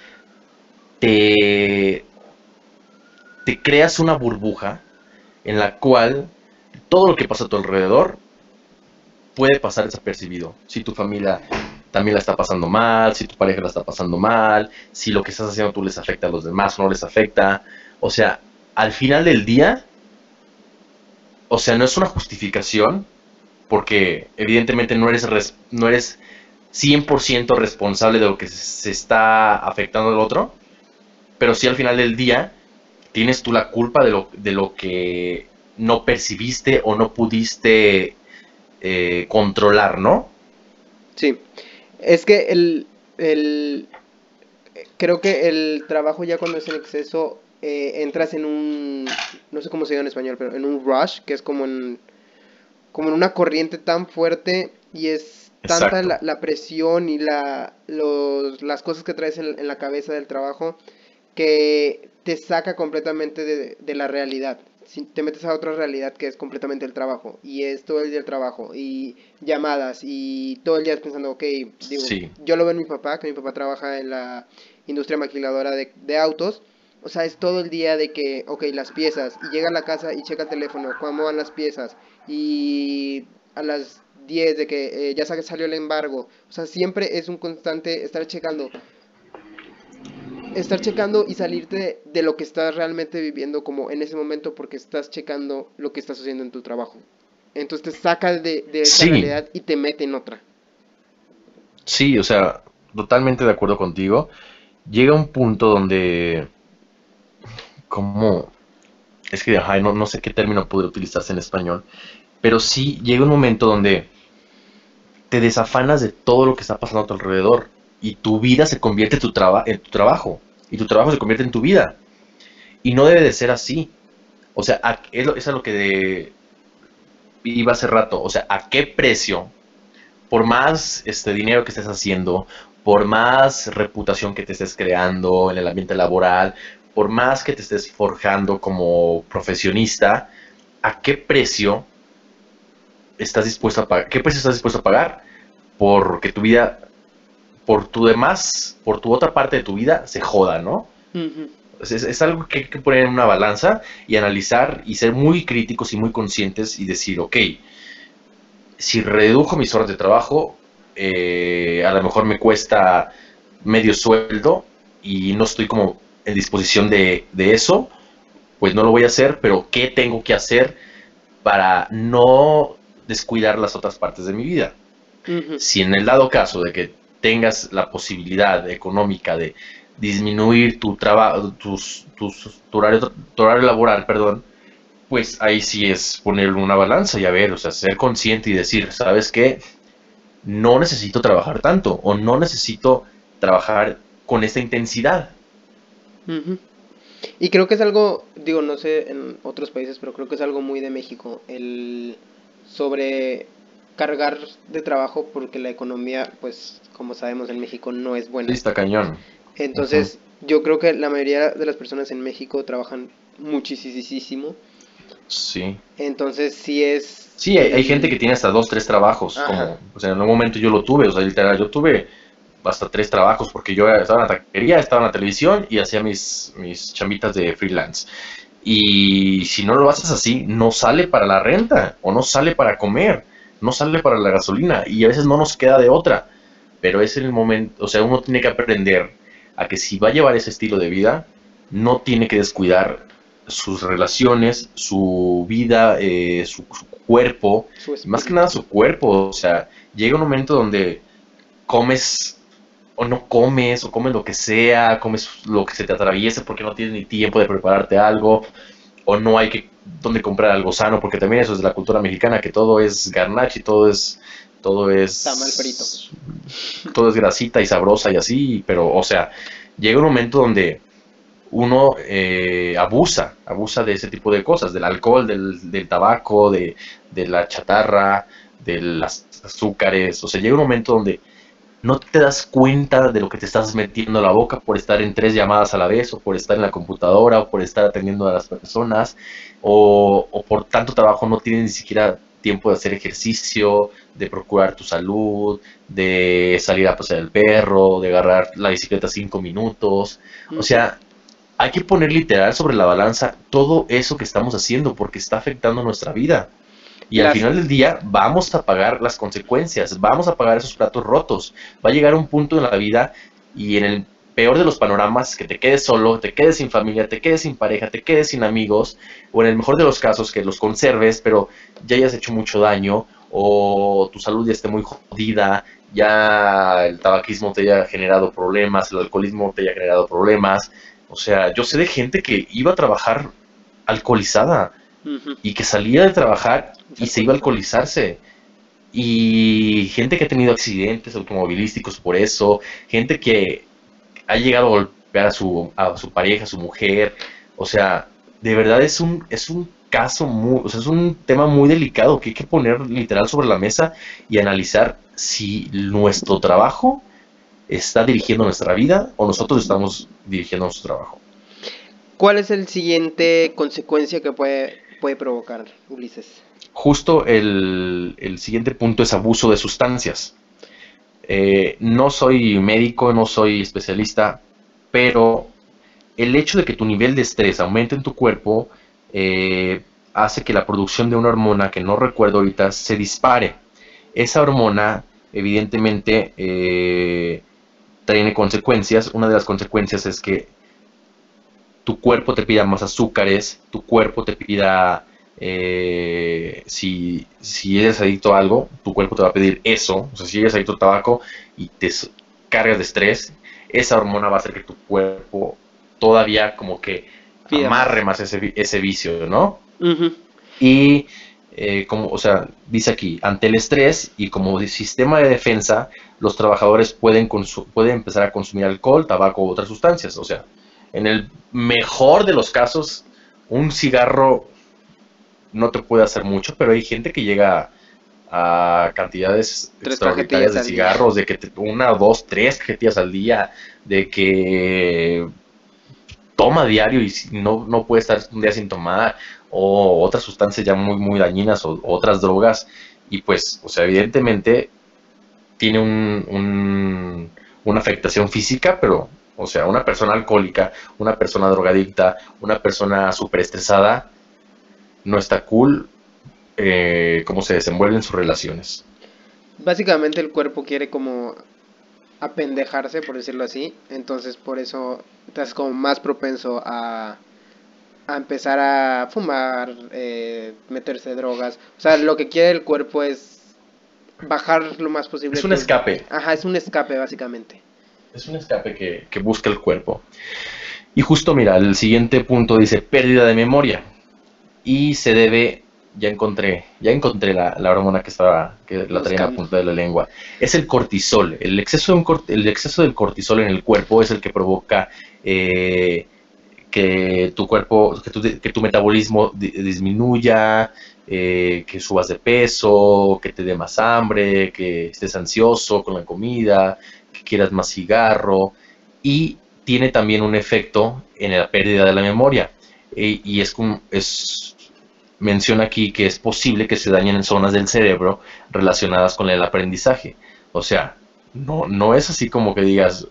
te, te creas una burbuja en la cual todo lo que pasa a tu alrededor puede pasar desapercibido. Si tu familia también la está pasando mal, si tu pareja la está pasando mal, si lo que estás haciendo tú les afecta a los demás o no les afecta. O sea, al final del día, o sea, no es una justificación, porque evidentemente no eres, res, no eres cien por ciento responsable de lo que se está afectando al otro, pero sí al final del día tienes tú la culpa de lo, de lo que no percibiste o no pudiste eh, controlar, ¿no? Sí. Es que el, el, creo que el trabajo ya cuando es en exceso, eh, entras en un, no sé cómo se diga en español, pero en un rush, que es como en, como en una corriente tan fuerte y es tanta Exacto. la, la presión y la, los, las cosas que traes en, en la cabeza del trabajo que te saca completamente de, de la realidad. Si te metes a otra realidad que es completamente el trabajo y es todo el día el trabajo y llamadas y todo el día es pensando, ok, digo, Sí, yo lo veo en mi papá, que mi papá trabaja en la industria maquiladora de, de autos. O sea, es todo el día de que, ok, las piezas, y llega a la casa y checa el teléfono, cómo van las piezas, y a las diez de que eh, ya salió el embargo. O sea, siempre es un constante estar checando estar checando y salirte de, de lo que estás realmente viviendo como en ese momento porque estás checando lo que estás haciendo en tu trabajo. Entonces te saca de, de esa sí, realidad y te mete en otra. sí, o sea, totalmente de acuerdo contigo. Llega un punto donde, como, es que ajá, no, no sé qué término puede utilizarse en español, pero sí llega un momento donde te desafanas de todo lo que está pasando a tu alrededor y tu vida se convierte en tu, traba en tu trabajo y tu trabajo se convierte en tu vida. Y no debe de ser así. O sea, a, es, lo, es a lo que de, iba hace rato. O sea, ¿a qué precio? Por más este dinero que estés haciendo, por más reputación que te estés creando en el ambiente laboral, por más que te estés forjando como profesionista, ¿a qué precio estás dispuesto a pagar? ¿Qué precio estás dispuesto a pagar porque tu vida, por tu demás, por tu otra parte de tu vida, se joda, ¿no? Ujú. Es, es algo que hay que poner en una balanza y analizar y ser muy críticos y muy conscientes y decir, ok, si redujo mis horas de trabajo, eh, a lo mejor me cuesta medio sueldo y no estoy como en disposición de, de eso, pues no lo voy a hacer, pero ¿qué tengo que hacer para no descuidar las otras partes de mi vida? Ujú. Si en el dado caso de que tengas la posibilidad económica de disminuir tu trabajo, tus, tus, tu, horario, tu horario laboral, perdón, pues ahí sí es poner una balanza y a ver, o sea, ser consciente y decir, ¿sabes qué? No necesito trabajar tanto o no necesito trabajar con esta intensidad. Ujú. Y creo que es algo, digo, no sé en otros países, pero creo que es algo muy de México, el sobrecargar de trabajo porque la economía, pues como sabemos en México no es Sí, buena. está cañón. Uh -huh. Entonces, yo creo que la mayoría de las personas en México trabajan muchísimo. Sí. Entonces sí es... Sí, hay, hay gente que el- tiene hasta dos, tres trabajos, Ajá. como, o sea, en algún momento yo lo tuve, o sea, literal, yo tuve hasta tres trabajos, porque yo estaba en la taquería, estaba en la televisión y hacía mis, mis chambitas de freelance. Y si no lo haces así, no sale para la renta, o no sale para comer, no sale para la gasolina, y a veces no nos queda de otra. Pero es el momento, o sea, uno tiene que aprender a que si va a llevar ese estilo de vida, no tiene que descuidar sus relaciones, su vida, eh, su, su cuerpo, Su y más que nada espíritu. su cuerpo. O sea, llega un momento donde comes o no comes, o comes lo que sea, comes lo que se te atraviese porque no tienes ni tiempo de prepararte algo, o no hay que donde comprar algo sano, porque también eso es de la cultura mexicana, que todo es garnache, todo es, todo Tamal frito. es, todo es grasita y sabrosa y así, pero, o sea, llega un momento donde uno eh, abusa, abusa de ese tipo de cosas, del alcohol, del, del tabaco, de, de la chatarra, de las azúcares, o sea, llega un momento donde no te das cuenta de lo que te estás metiendo a la boca por estar en tres llamadas a la vez, o por estar en la computadora, o por estar atendiendo a las personas, o, o por tanto trabajo no tienes ni siquiera tiempo de hacer ejercicio, de procurar tu salud, de salir a pasear el perro, de agarrar la bicicleta cinco minutos. O Ujú. sea, hay que poner literal sobre la balanza todo eso que estamos haciendo porque está afectando nuestra vida. Y al Las, final del día vamos a pagar las consecuencias, vamos a pagar esos platos rotos. Va a llegar un punto en la vida y en el peor de los panoramas que te quedes solo, te quedes sin familia, te quedes sin pareja, te quedes sin amigos, o en el mejor de los casos que los conserves, pero ya hayas hecho mucho daño, o tu salud ya esté muy jodida, ya el tabaquismo te haya generado problemas, el alcoholismo te haya generado problemas. O sea, yo sé de gente que iba a trabajar alcoholizada ujú, y que salía de trabajar se y se iba a alcoholizaba. alcoholizarse. Y gente que ha tenido accidentes automovilísticos por eso, gente que ha llegado a golpear a su, a su pareja, a su mujer. O sea, de verdad es un, es un caso muy, o sea, es un tema muy delicado que hay que poner literal sobre la mesa y analizar si nuestro trabajo está dirigiendo nuestra vida o nosotros estamos dirigiendo nuestro trabajo. ¿Cuál es el siguiente consecuencia que puede, puede provocar, Ulises? Justo el, el siguiente punto es abuso de sustancias. Eh, no soy médico, no soy especialista, pero el hecho de que tu nivel de estrés aumente en tu cuerpo eh, hace que la producción de una hormona que no recuerdo ahorita se dispare. Esa hormona, evidentemente, eh, tiene consecuencias. Una de las consecuencias es que tu cuerpo te pida más azúcares, tu cuerpo te pida, eh, si, si eres adicto a algo, tu cuerpo te va a pedir eso. O sea, si eres adicto al tabaco y te s- cargas de estrés, esa hormona va a hacer que tu cuerpo todavía como que Pida amarre más. más ese, vi- ese vicio, ¿no? Ujú. Y eh, como, o sea, dice aquí, ante el estrés y como de sistema de defensa, los trabajadores pueden, consu- pueden empezar a consumir alcohol, tabaco u otras sustancias. O sea, en el mejor de los casos, un cigarro no te puede hacer mucho, pero hay gente que llega a cantidades Tres extraordinarias cajetillas de al día. cigarros, de que te, una, dos, tres cajetillas al día, de que toma diario y si- no, no puede estar un día sin tomar, o otras sustancias ya muy, muy dañinas, o, o otras drogas, y pues, o sea, evidentemente tiene un, un- una afectación física, pero, o sea, una persona alcohólica, una persona drogadicta, una persona súper estresada, no está cool eh, cómo se desenvuelven sus relaciones. Básicamente el cuerpo quiere como apendejarse, por decirlo así. Entonces por eso estás como más propenso a, a empezar a fumar, eh, meterse drogas. O sea, lo que quiere el cuerpo es bajar lo más posible Es un tus... escape, Ajá, es un escape básicamente. es un escape que, que busca el cuerpo. Y justo mira, el siguiente punto dice pérdida de memoria. Y se debe, ya encontré, ya encontré la, la hormona que estaba, que la traía en la Buscando. punta de la lengua. Es el cortisol. El exceso, de un cort- el exceso del cortisol en el cuerpo es el que provoca eh, que tu cuerpo, que tu, que tu metabolismo di- disminuya, eh, que subas de peso, que te dé más hambre, que estés ansioso con la comida, que quieras más cigarro. Y tiene también un efecto en la pérdida de la memoria. E- y es, como- es menciona aquí que es posible que se dañen en zonas del cerebro relacionadas con el aprendizaje. O sea, no, no es así como que digas,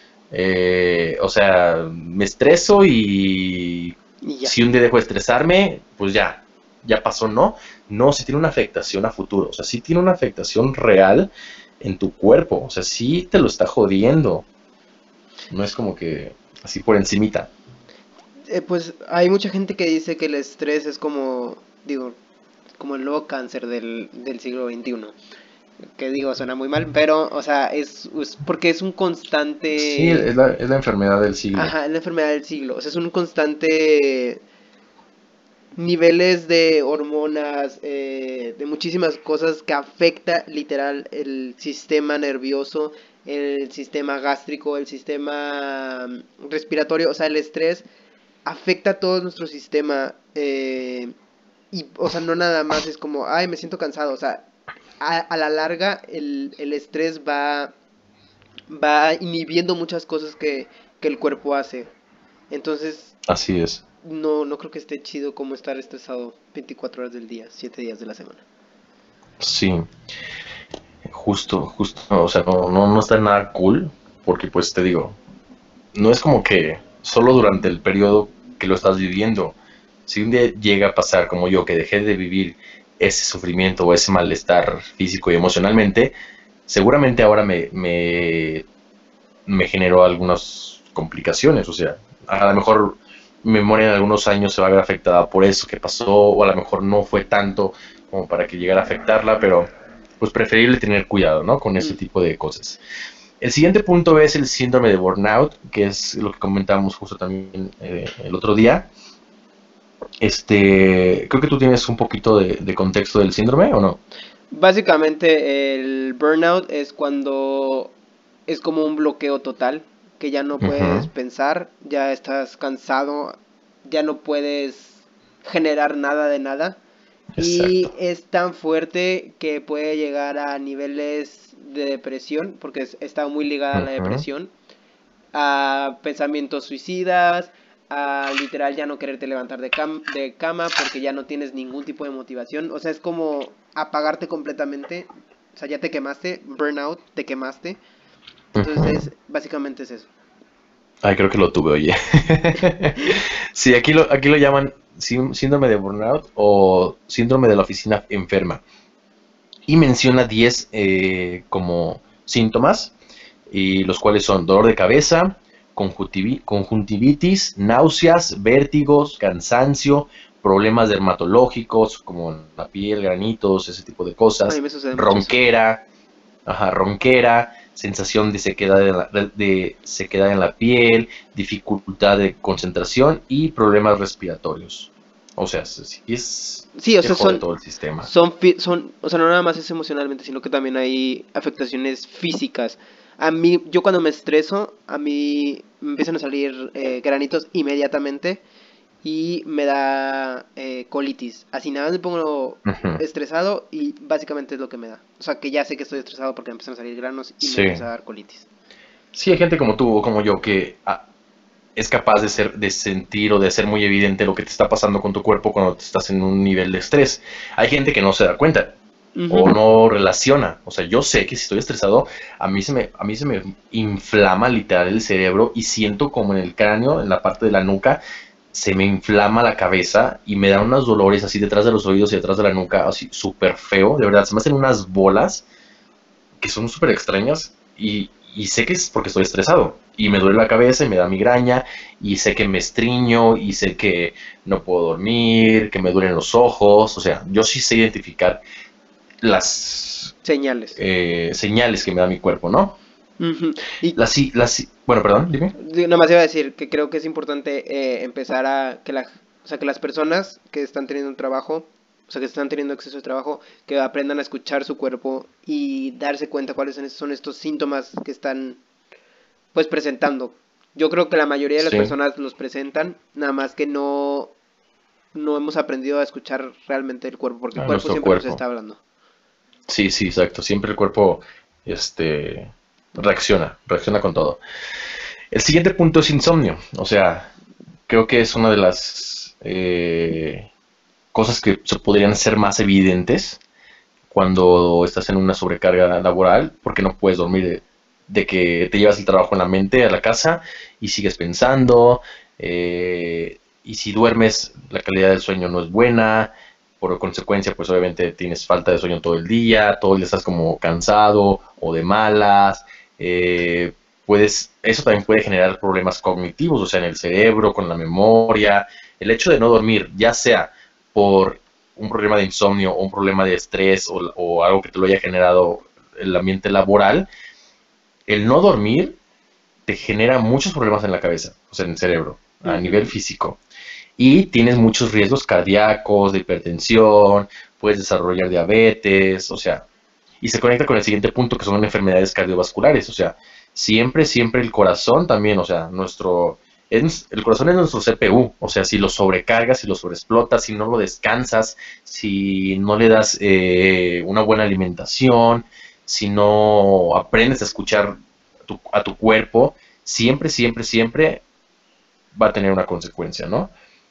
eh, o sea, me estreso y Y ya. si un día dejo de estresarme, pues ya, ya pasó, ¿no? No, sí tiene una afectación a futuro, o sea, sí tiene una afectación real en tu cuerpo, o sea, sí te lo está jodiendo. No es como que así por encimita. Eh, pues hay mucha gente que dice que el estrés es como, digo, como el nuevo cáncer del, del siglo veintiuno. Que digo, suena muy mal, pero, o sea, es, es porque es un Sí, constante. es la, es la enfermedad del siglo. Ajá, es la enfermedad del siglo. O sea, es un constante niveles de hormonas, eh, de muchísimas cosas que afecta literal el sistema nervioso, el sistema gástrico, el sistema mm, respiratorio. O sea, el estrés afecta todo nuestro sistema. eh, y, o sea, no nada más es como, ay, me siento cansado. O sea, a, a la larga el, el estrés va, va inhibiendo muchas cosas que, que el cuerpo hace. Entonces, Así es. no, no creo que esté chido como estar estresado veinticuatro horas del día, siete días de la semana. Sí, justo, justo. O sea, no, no, no está nada cool, porque pues te digo, no es como que solo durante el periodo que lo estás viviendo. Si un día llega a pasar como yo, que dejé de vivir ese sufrimiento o ese malestar físico y emocionalmente, seguramente ahora me, me, me generó algunas complicaciones. O sea, a lo mejor mi memoria en algunos años se va a ver afectada por eso que pasó, o a lo mejor no fue tanto como para que llegara a afectarla, pero pues preferible tener cuidado, ¿no? Con ese Mm. tipo de cosas. El siguiente punto es el síndrome de burnout, que es lo que comentábamos justo también eh, el otro día. Este, creo que tú tienes un poquito de, de contexto del síndrome, ¿o no? Básicamente el burnout es cuando es como un bloqueo total, que ya no puedes Ujú, pensar, ya estás cansado, ya no puedes generar nada de nada. Y exacto. es tan fuerte que puede llegar a niveles de depresión, porque es- está muy ligada a la Ujú, depresión, a pensamientos suicidas, a literal ya no quererte levantar de, cam de cama porque ya no tienes ningún tipo de motivación. O sea, es como apagarte completamente. O sea, ya te quemaste, burnout, te quemaste. ujú. Entonces, básicamente es eso. Ay, creo que lo tuve, oye. Sí, aquí lo, aquí lo llaman sí- síndrome de burnout o síndrome de la oficina enferma. Y menciona diez eh, como síntomas, y los cuales son dolor de cabeza, conjuntivi- conjuntivitis, náuseas, vértigos, cansancio, problemas dermatológicos como en la piel, granitos, ese tipo de A mí cosas, me sucede mucho eso. ronquera, ajá, ronquera, sensación de sequedad, de, la- de- de sequedad en la piel, dificultad de concentración y problemas respiratorios. O sea, sí es, Sí, o te sea, jode son, todo el sistema. son, fi- son, o sea, no nada más es emocionalmente, sino que también hay afectaciones físicas. A mí, yo cuando me estreso, a mí me empiezan a salir eh, granitos inmediatamente y me da eh, colitis. Así nada más me pongo Ujú. estresado y básicamente es lo que me da. O sea, que ya sé que estoy estresado porque me empiezan a salir granos y me Sí. empieza a dar colitis. Sí, hay gente como tú o como yo que ah, es capaz de ser, de sentir o de hacer muy evidente lo que te está pasando con tu cuerpo cuando te estás en un nivel de estrés. Hay gente que no se da cuenta Ujú. o no relaciona. O sea, yo sé que si estoy estresado, a mí se me, a mí se me inflama literal el cerebro y siento como en el cráneo, en la parte de la nuca, se me inflama la cabeza y me dan unos dolores así detrás de los oídos y detrás de la nuca, así súper feo, de verdad, se me hacen unas bolas que son súper extrañas y, y sé que es porque estoy estresado y me duele la cabeza y me da migraña y sé que me estriño y sé que no puedo dormir, que me duelen los ojos, o sea, yo sí sé identificar las Señales. eh, señales que me da mi cuerpo, ¿no? Ujú. Y Las, sí- las, sí- bueno, perdón, dime. Di- Nada más iba a decir que creo que es importante eh, empezar a que la, o sea, que las personas que están teniendo un trabajo, o sea, que están teniendo exceso de trabajo, que aprendan a escuchar su cuerpo y darse cuenta cuáles son, son estos síntomas que están pues presentando. Yo creo que la mayoría de las Sí, personas los presentan, nada más que no no hemos aprendido a escuchar realmente el cuerpo, porque el a cuerpo nuestro siempre nos cuerpo. está hablando. Sí, sí, exacto. Siempre el cuerpo este, reacciona, reacciona con todo. El siguiente punto es insomnio. O sea, creo que es una de las eh, cosas que se podrían ser más evidentes cuando estás en una sobrecarga laboral, porque no puedes dormir de, de que te llevas el trabajo en la mente a la casa y sigues pensando, eh, y si duermes, la calidad del sueño no es buena, por consecuencia, pues obviamente tienes falta de sueño todo el día, todo el día estás como cansado o de malas, eh, puedes, eso también puede generar problemas cognitivos, o sea, en el cerebro, con la memoria, el hecho de no dormir, ya sea por un problema de insomnio o un problema de estrés o, o algo que te lo haya generado el ambiente laboral, el no dormir te genera muchos problemas en la cabeza, o sea, en el cerebro, a Ujú. nivel físico. Y tienes muchos riesgos cardíacos, de hipertensión, puedes desarrollar diabetes, o sea, y se conecta con el siguiente punto que son enfermedades cardiovasculares, o sea, siempre, siempre el corazón también, o sea, nuestro, es- el corazón es nuestro C P U, o sea, si lo sobrecargas, si lo sobreexplotas, si no lo descansas, si no le das eh, una buena alimentación, si no aprendes a escuchar tu- a tu cuerpo, siempre, siempre, siempre va a tener una consecuencia, ¿no?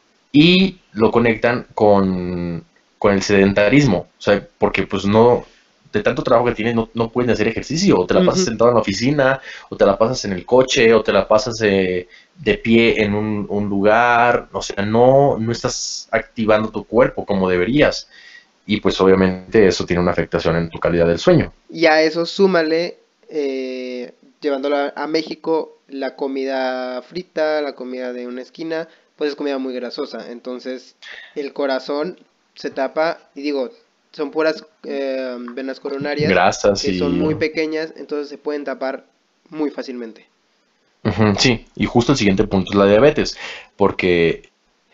Y lo conectan con, con el sedentarismo, o sea, porque pues no, de tanto trabajo que tienes, no, no puedes hacer ejercicio, o te la pasas Ujú. sentado en la oficina, o te la pasas en el coche, o te la pasas eh, de pie en un, un lugar, o sea, no, no estás activando tu cuerpo como deberías, y pues obviamente eso tiene una afectación en tu calidad del sueño. Y a eso súmale, eh, llevándola a México, la comida frita, la comida de una esquina, pues es comida muy grasosa. Entonces el corazón se tapa, y digo, son puras eh, venas coronarias Grasas que son y... muy pequeñas, entonces se pueden tapar muy fácilmente. Ujú, sí, y justo el siguiente punto es la diabetes, porque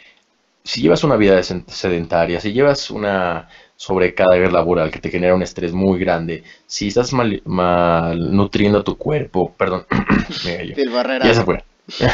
si llevas una vida desen- sedentaria, si llevas una sobrecarga laboral que te genera un estrés muy grande, si estás mal, mal nutriendo tu cuerpo, perdón, me gallo, Phil ya se Barrera. fue.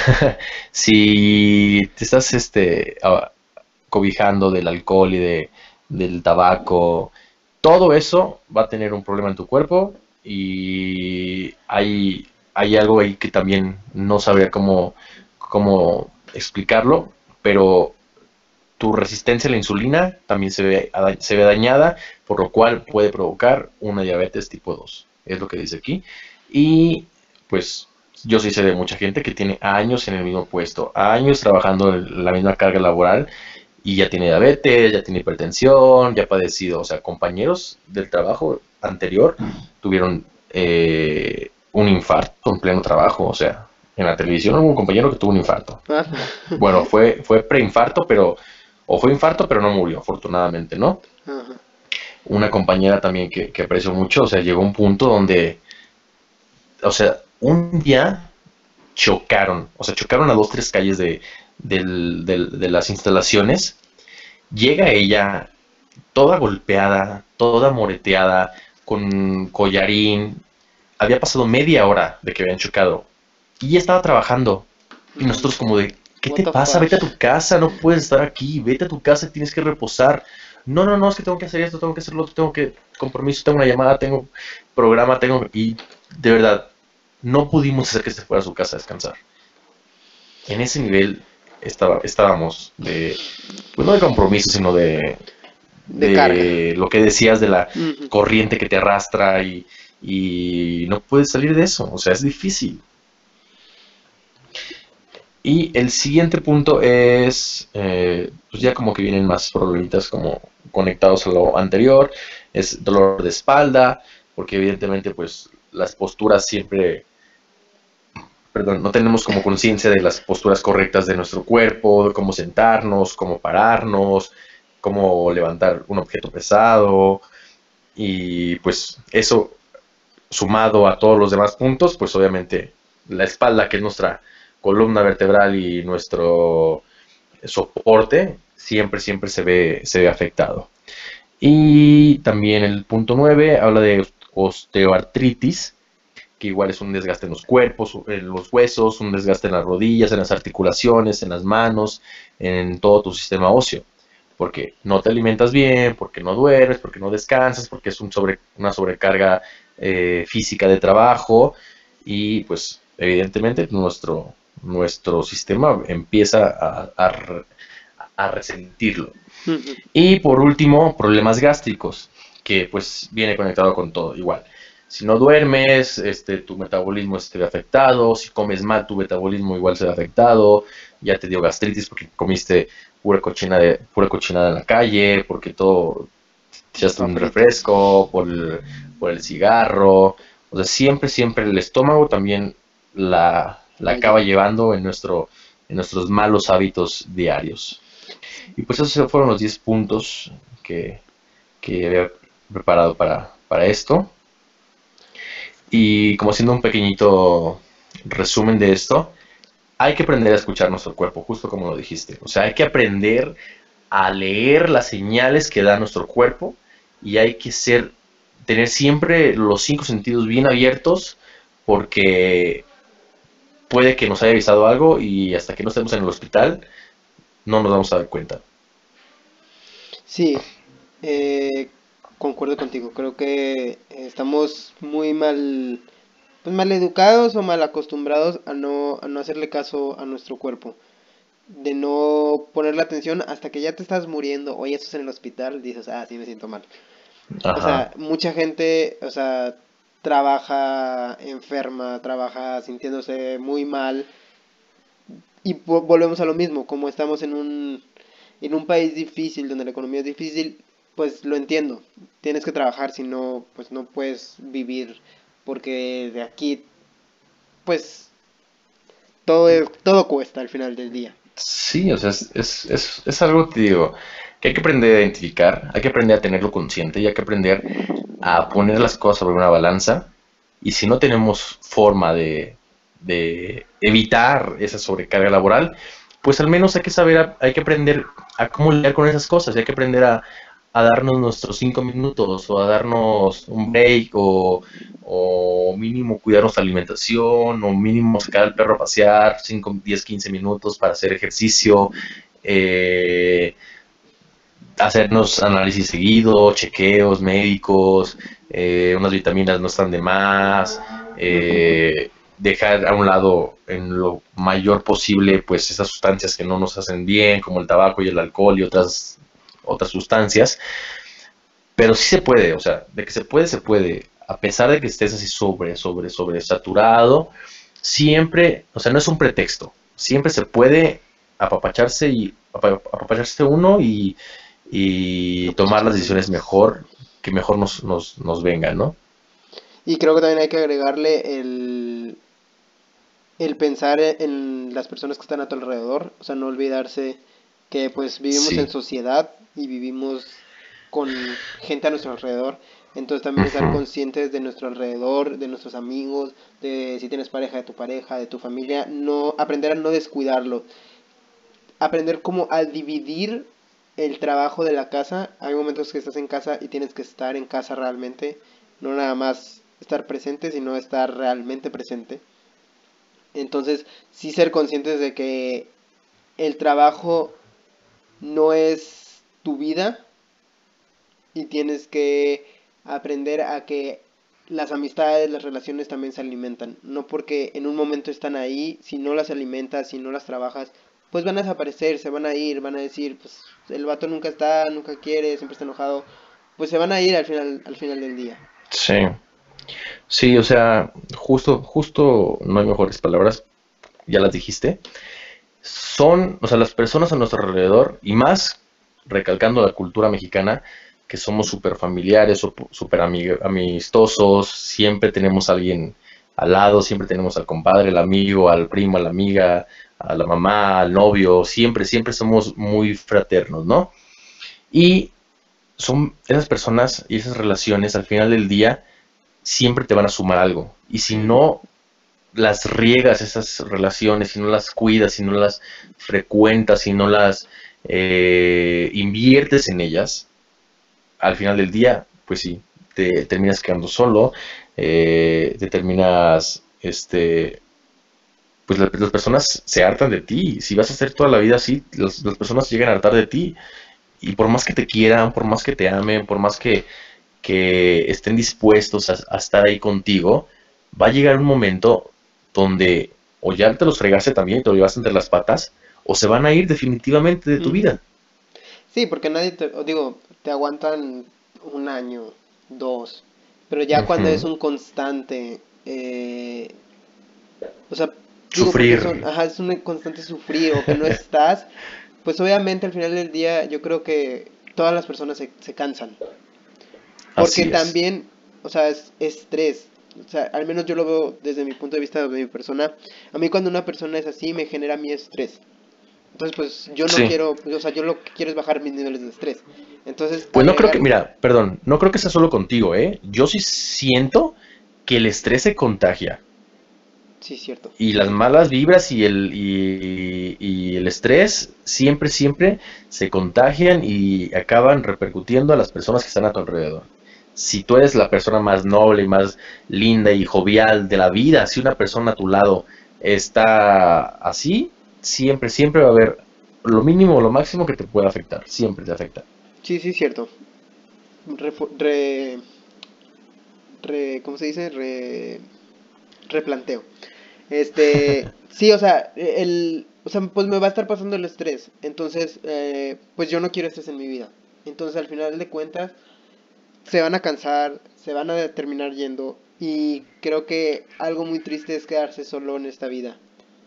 Si te estás este, ah, cobijando del alcohol y de, del tabaco, todo eso va a tener un problema en tu cuerpo y hay, hay algo ahí que también no sabría cómo, cómo explicarlo, pero tu resistencia a la insulina también se ve, se ve dañada, por lo cual puede provocar una diabetes tipo dos. Es lo que dice aquí. Y pues yo sí sé de mucha gente que tiene años en el mismo puesto, años trabajando en la misma carga laboral y ya tiene diabetes, ya tiene hipertensión, ya ha padecido. O sea, compañeros del trabajo anterior tuvieron eh, un infarto en pleno trabajo. O sea, en la televisión hubo un compañero que tuvo un infarto. Ah, Bueno, fue, fue preinfarto, pero, o fue infarto, pero no murió, afortunadamente, ¿no? ajá. Una compañera también que, que aprecio mucho, o sea, llegó a un punto donde, o sea, un día chocaron, o sea, chocaron a dos, tres calles de, del- del- de las instalaciones. Llega ella toda golpeada, toda moreteada, con collarín. Había pasado media hora de que habían chocado. Y ella estaba trabajando. Y No, nosotros como de, ¿qué what te the pasa? fuck. Vete a tu casa, no puedes estar aquí. Vete a tu casa, tienes que reposar. No, no, no, es que tengo que hacer esto, tengo que hacer lo otro, tengo que compromiso, tengo una llamada, tengo programa, tengo... Y de verdad, no pudimos hacer que se fuera a su casa a descansar. En ese nivel estaba, estábamos de, pues no de compromiso, sino de, De carga. de lo que decías de la Ujú. corriente que te arrastra y, y no puedes salir de eso. O sea, es difícil. Y el siguiente punto es, eh, pues ya como que vienen más problemitas como conectados a lo anterior, es dolor de espalda, porque evidentemente pues las posturas siempre, perdón, no tenemos como conciencia de las posturas correctas de nuestro cuerpo, de cómo sentarnos, cómo pararnos, cómo levantar un objeto pesado, y pues eso sumado a todos los demás puntos, pues obviamente la espalda, que es nuestra columna vertebral y nuestro soporte, siempre, siempre se ve, se ve afectado. Y también el punto nueve habla de osteoartritis, que igual es un desgaste en los cuerpos, en los huesos, un desgaste en las rodillas, en las articulaciones, en las manos, en todo tu sistema óseo. Porque no te alimentas bien, porque no duermes, porque no descansas, porque es un sobre, una sobrecarga eh, física de trabajo y pues evidentemente nuestro, nuestro sistema empieza a, a, a resentirlo. Ujú. Y por último, problemas gástricos, que pues viene conectado con todo, igual. Si no duermes, este, tu metabolismo se ve afectado, si comes mal, tu metabolismo igual se ve afectado, ya te dio gastritis porque comiste pura cochina de, pura cochinada en la calle, porque todo, te echaste un Papelito. refresco, por el, por el cigarro, o sea, siempre, siempre el estómago también la, la Vaya. acaba llevando en, nuestro, en nuestros malos hábitos diarios. Y pues esos fueron los diez puntos que, que había preparado para, para esto. Y como haciendo un pequeñito resumen de esto, hay que aprender a escuchar nuestro cuerpo, justo como lo dijiste. O sea, hay que aprender a leer las señales que da nuestro cuerpo y hay que ser, tener siempre los cinco sentidos bien abiertos porque puede que nos haya avisado algo y hasta que no estemos en el hospital no nos vamos a dar cuenta. Sí, eh, concuerdo contigo. Creo que estamos muy mal, pues mal educados o mal acostumbrados a no, a no hacerle caso a nuestro cuerpo. De no ponerle atención hasta que ya te estás muriendo o ya estás en el hospital, dices, ah, sí, me siento mal. O Ajá. sea, mucha gente, o sea, trabaja enferma, trabaja sintiéndose muy mal y vo- volvemos a lo mismo, como estamos en un, en un país difícil, donde la economía es difícil, pues lo entiendo. Tienes que trabajar, si no, pues no puedes vivir, porque de aquí, pues todo, es- todo cuesta al final del día. Sí, o sea, es, es, es, es algo, te digo, que hay que aprender a identificar, hay que aprender a tenerlo consciente y hay que aprender a poner las cosas sobre una balanza. Y si no tenemos forma de, de evitar esa sobrecarga laboral, pues al menos hay que saber, a- hay que aprender a cómo lidiar con esas cosas, hay que aprender a, a darnos nuestros cinco minutos o a darnos un break o, o mínimo cuidar nuestra alimentación o mínimo sacar al perro a pasear cinco, diez, quince minutos para hacer ejercicio, eh, hacernos análisis seguido, chequeos médicos, eh, unas vitaminas no están de más, eh, dejar a un lado en lo mayor posible pues esas sustancias que no nos hacen bien, como el tabaco y el alcohol y otras, otras sustancias, pero sí se puede, o sea, de que se puede, se puede, a pesar de que estés así sobre, sobre, sobre saturado, siempre, o sea, no es un pretexto, siempre se puede apapacharse y apapacharse uno y y tomar las Apachacharse decisiones Dios. mejor, que mejor nos, nos, nos vengan, ¿no? Y creo que también hay que agregarle el, el pensar e- en las personas que están a tu alrededor, o sea, no olvidarse que pues vivimos en Sí. sociedad y vivimos con gente a nuestro alrededor, entonces también estar Ujú. conscientes de nuestro alrededor, de nuestros amigos, de si tienes pareja, de tu pareja, de tu familia, no aprender a no descuidarlo, aprender como a dividir el trabajo de la casa. Hay momentos que estás en casa y tienes que estar en casa realmente, no nada más estar presente, sino estar realmente presente. Entonces, sí ser conscientes de que el trabajo no es tu vida y tienes que aprender a que las amistades, las relaciones también se alimentan. No porque en un momento están ahí, si no las alimentas, si no las trabajas, pues van a desaparecer, se van a ir, van a decir, pues el vato nunca está, nunca quiere, siempre está enojado. Pues se van a ir al final, al final del día. Sí, sí, o sea, justo, justo, no hay mejores palabras, ya las dijiste. Son, o sea, las personas a nuestro alrededor, y más recalcando la cultura mexicana, que somos súper familiares, súper amistosos, siempre tenemos a alguien al lado, siempre tenemos al compadre, al amigo, al primo, a la amiga, a la mamá, al novio, siempre, siempre somos muy fraternos, ¿no? Y son esas personas y esas relaciones al final del día siempre te van a sumar algo. Y si no las riegas esas relaciones, si no las cuidas, si no las frecuentas, si no las eh, inviertes en ellas, al final del día, pues sí, te terminas quedando solo, eh, te terminas, este, pues la- las personas se hartan de ti. Si vas a hacer toda la vida así, las, las personas llegan a hartar de ti. Y por más que te quieran, por más que te amen, por más que, que estén dispuestos a, a estar ahí contigo, va a llegar un momento donde o ya te los fregaste también y te lo llevaste entre las patas, o se van a ir definitivamente de tu Ujú. vida. Sí, porque nadie te, o digo, te aguantan un año, dos, pero ya cuando es Ujú. un constante, eh, o sea, digo, porque Sufrir, son, ajá, es un constante sufrir o que no estás, pues obviamente al final del día yo creo que todas las personas se, se cansan. Porque así es. también, o sea, es estrés. O sea, al menos yo lo veo desde mi punto de vista de mi persona. A mí cuando una persona es así me genera mi estrés. Entonces, pues yo no Sí. quiero, o sea, yo lo que quiero es bajar mis niveles de estrés. Entonces, Pues no creo que, agregar, mira, perdón, no creo que sea solo contigo, ¿eh? Yo sí siento que el estrés se contagia. sí, cierto, Y sí, las sí, sí. malas vibras y el, y, y el estrés siempre, siempre se contagian y acaban repercutiendo a las personas que están a tu alrededor. Si tú eres la persona más noble y más linda y jovial de la vida, si una persona a tu lado está así, siempre, siempre va a haber lo mínimo o lo máximo que te pueda afectar. Siempre te afecta. Sí, sí, cierto. Refo- re, re, ¿cómo se dice? Re, replanteo. Este, sí, o sea, el, o sea, pues me va a estar pasando el estrés. Entonces, eh, pues yo no quiero estrés en mi vida. Entonces, al final de cuentas, se van a cansar, se van a terminar yendo. Y creo que algo muy triste es quedarse solo en esta vida.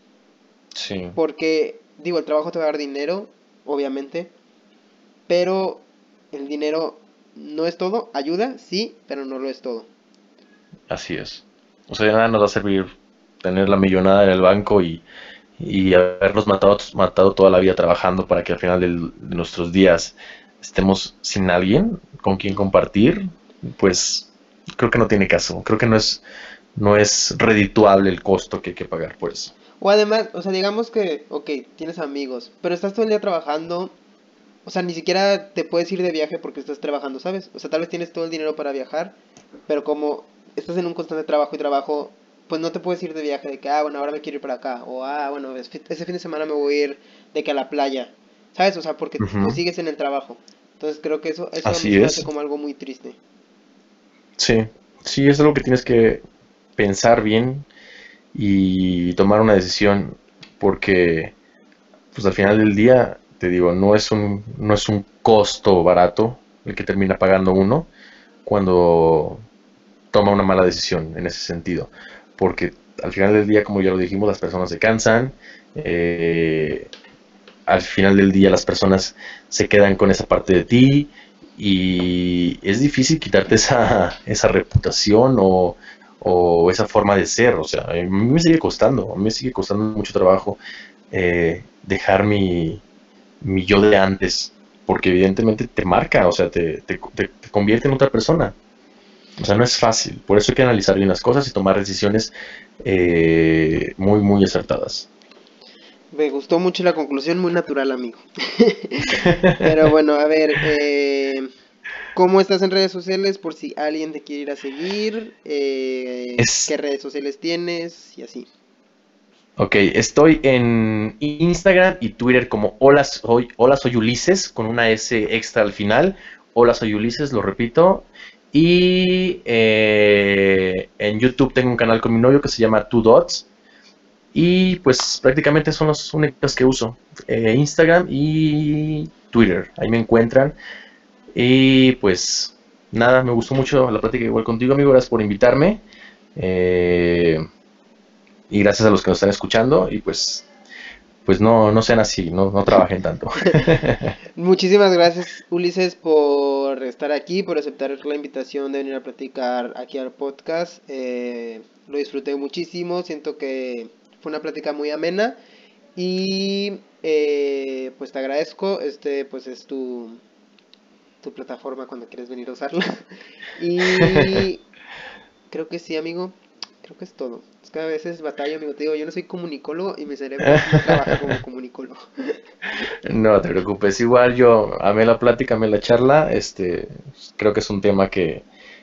Sí, Porque, digo, el trabajo te va a dar dinero, obviamente. Pero el dinero no es todo. Ayuda, sí, pero no lo es todo. así es. O sea, de nada nos va a servir tener la millonada en el banco y y habernos matado, matado toda la vida trabajando para que al final del- de nuestros días estemos sin alguien con quien Ujú. compartir, pues creo que no tiene caso. Creo que no es, no es redituable el costo que hay que pagar por eso. O además, o sea, digamos que, ok, tienes amigos, pero estás todo el día trabajando. O sea, ni siquiera te puedes ir de viaje porque estás trabajando, ¿sabes? O sea, tal vez tienes todo el dinero para viajar, pero como estás en un constante trabajo y trabajo, pues no te puedes ir de viaje de que, ah, bueno, ahora me quiero ir para acá. O, ah, bueno, es fi- ese fin de semana me voy a ir de que a la playa. ¿Sabes? O sea, porque pues Ujú. sigues en el trabajo. Entonces creo que eso, eso a mí Así se me hace es. como algo muy triste. Sí, sí, es algo que tienes que pensar bien y tomar una decisión porque pues al final del día, te digo, no es un, no es un costo barato el que termina pagando uno cuando toma una mala decisión en ese sentido. Porque al final del día, como ya lo dijimos, las personas se cansan. eh, Al final del día las personas se quedan con esa parte de ti y es difícil quitarte esa, esa reputación o, o esa forma de ser. O sea, a mí me sigue costando, a mí me sigue costando mucho trabajo eh, dejar mi, mi yo de antes, porque evidentemente te marca, o sea, te, te, te, te convierte en otra persona. O sea, no es fácil. Por eso hay que analizar bien las cosas y tomar decisiones eh, muy, muy acertadas. Me gustó mucho la conclusión, muy natural, amigo. Pero bueno, a ver, eh, ¿cómo estás en redes sociales? Por si alguien te quiere ir a seguir, eh, ¿qué Es, redes sociales tienes? Y así. ok, estoy en Instagram y Twitter como Hola soy, Hola soy Ulises, con una S extra al final. Hola soy Ulises, lo repito. Y eh, en YouTube tengo un canal con mi novio que se llama Two Dots. Y pues prácticamente son los únicos que uso. Eh, Instagram y Twitter. Ahí me encuentran. Y pues nada, me gustó mucho la plática igual contigo, amigo. Gracias por invitarme. Eh, y gracias a los que nos están escuchando. Y pues, pues no, no sean así, no, no trabajen tanto. Muchísimas gracias, Ulises, por estar aquí, por aceptar la invitación de venir a platicar aquí al podcast. Eh, lo disfruté muchísimo, siento que fue una plática muy amena y eh, pues te agradezco. Este, pues es tu, tu plataforma cuando quieres venir a usarla. Y creo que sí, amigo. Creo que es todo. Es que a veces batalla, amigo. Te digo, yo no soy comunicólogo y mi cerebro no trabaja como comunicólogo. No te preocupes, igual yo amé la plática, amé la charla. Este, creo que es un tema que,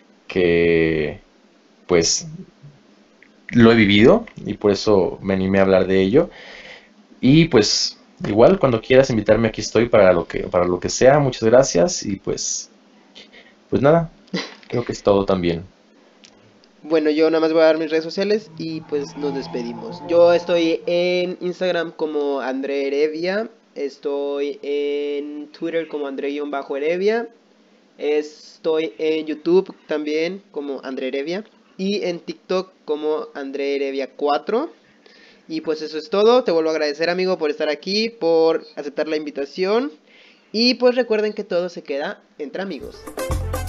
que pues lo he vivido y por eso me animé a hablar de ello. Y pues igual cuando quieras invitarme aquí estoy para lo que para lo que sea. Muchas gracias y pues pues nada, creo que es todo también. Bueno, yo nada más voy a dar mis redes sociales y pues nos despedimos. Yo estoy en Instagram como André Heredia, estoy en Twitter como André-Heredia, estoy en YouTube también como André Heredia y en TikTok como André Heredia cuatro. Y pues eso es todo, te vuelvo a agradecer amigo por estar aquí, por aceptar la invitación y pues recuerden que todo se queda entre amigos.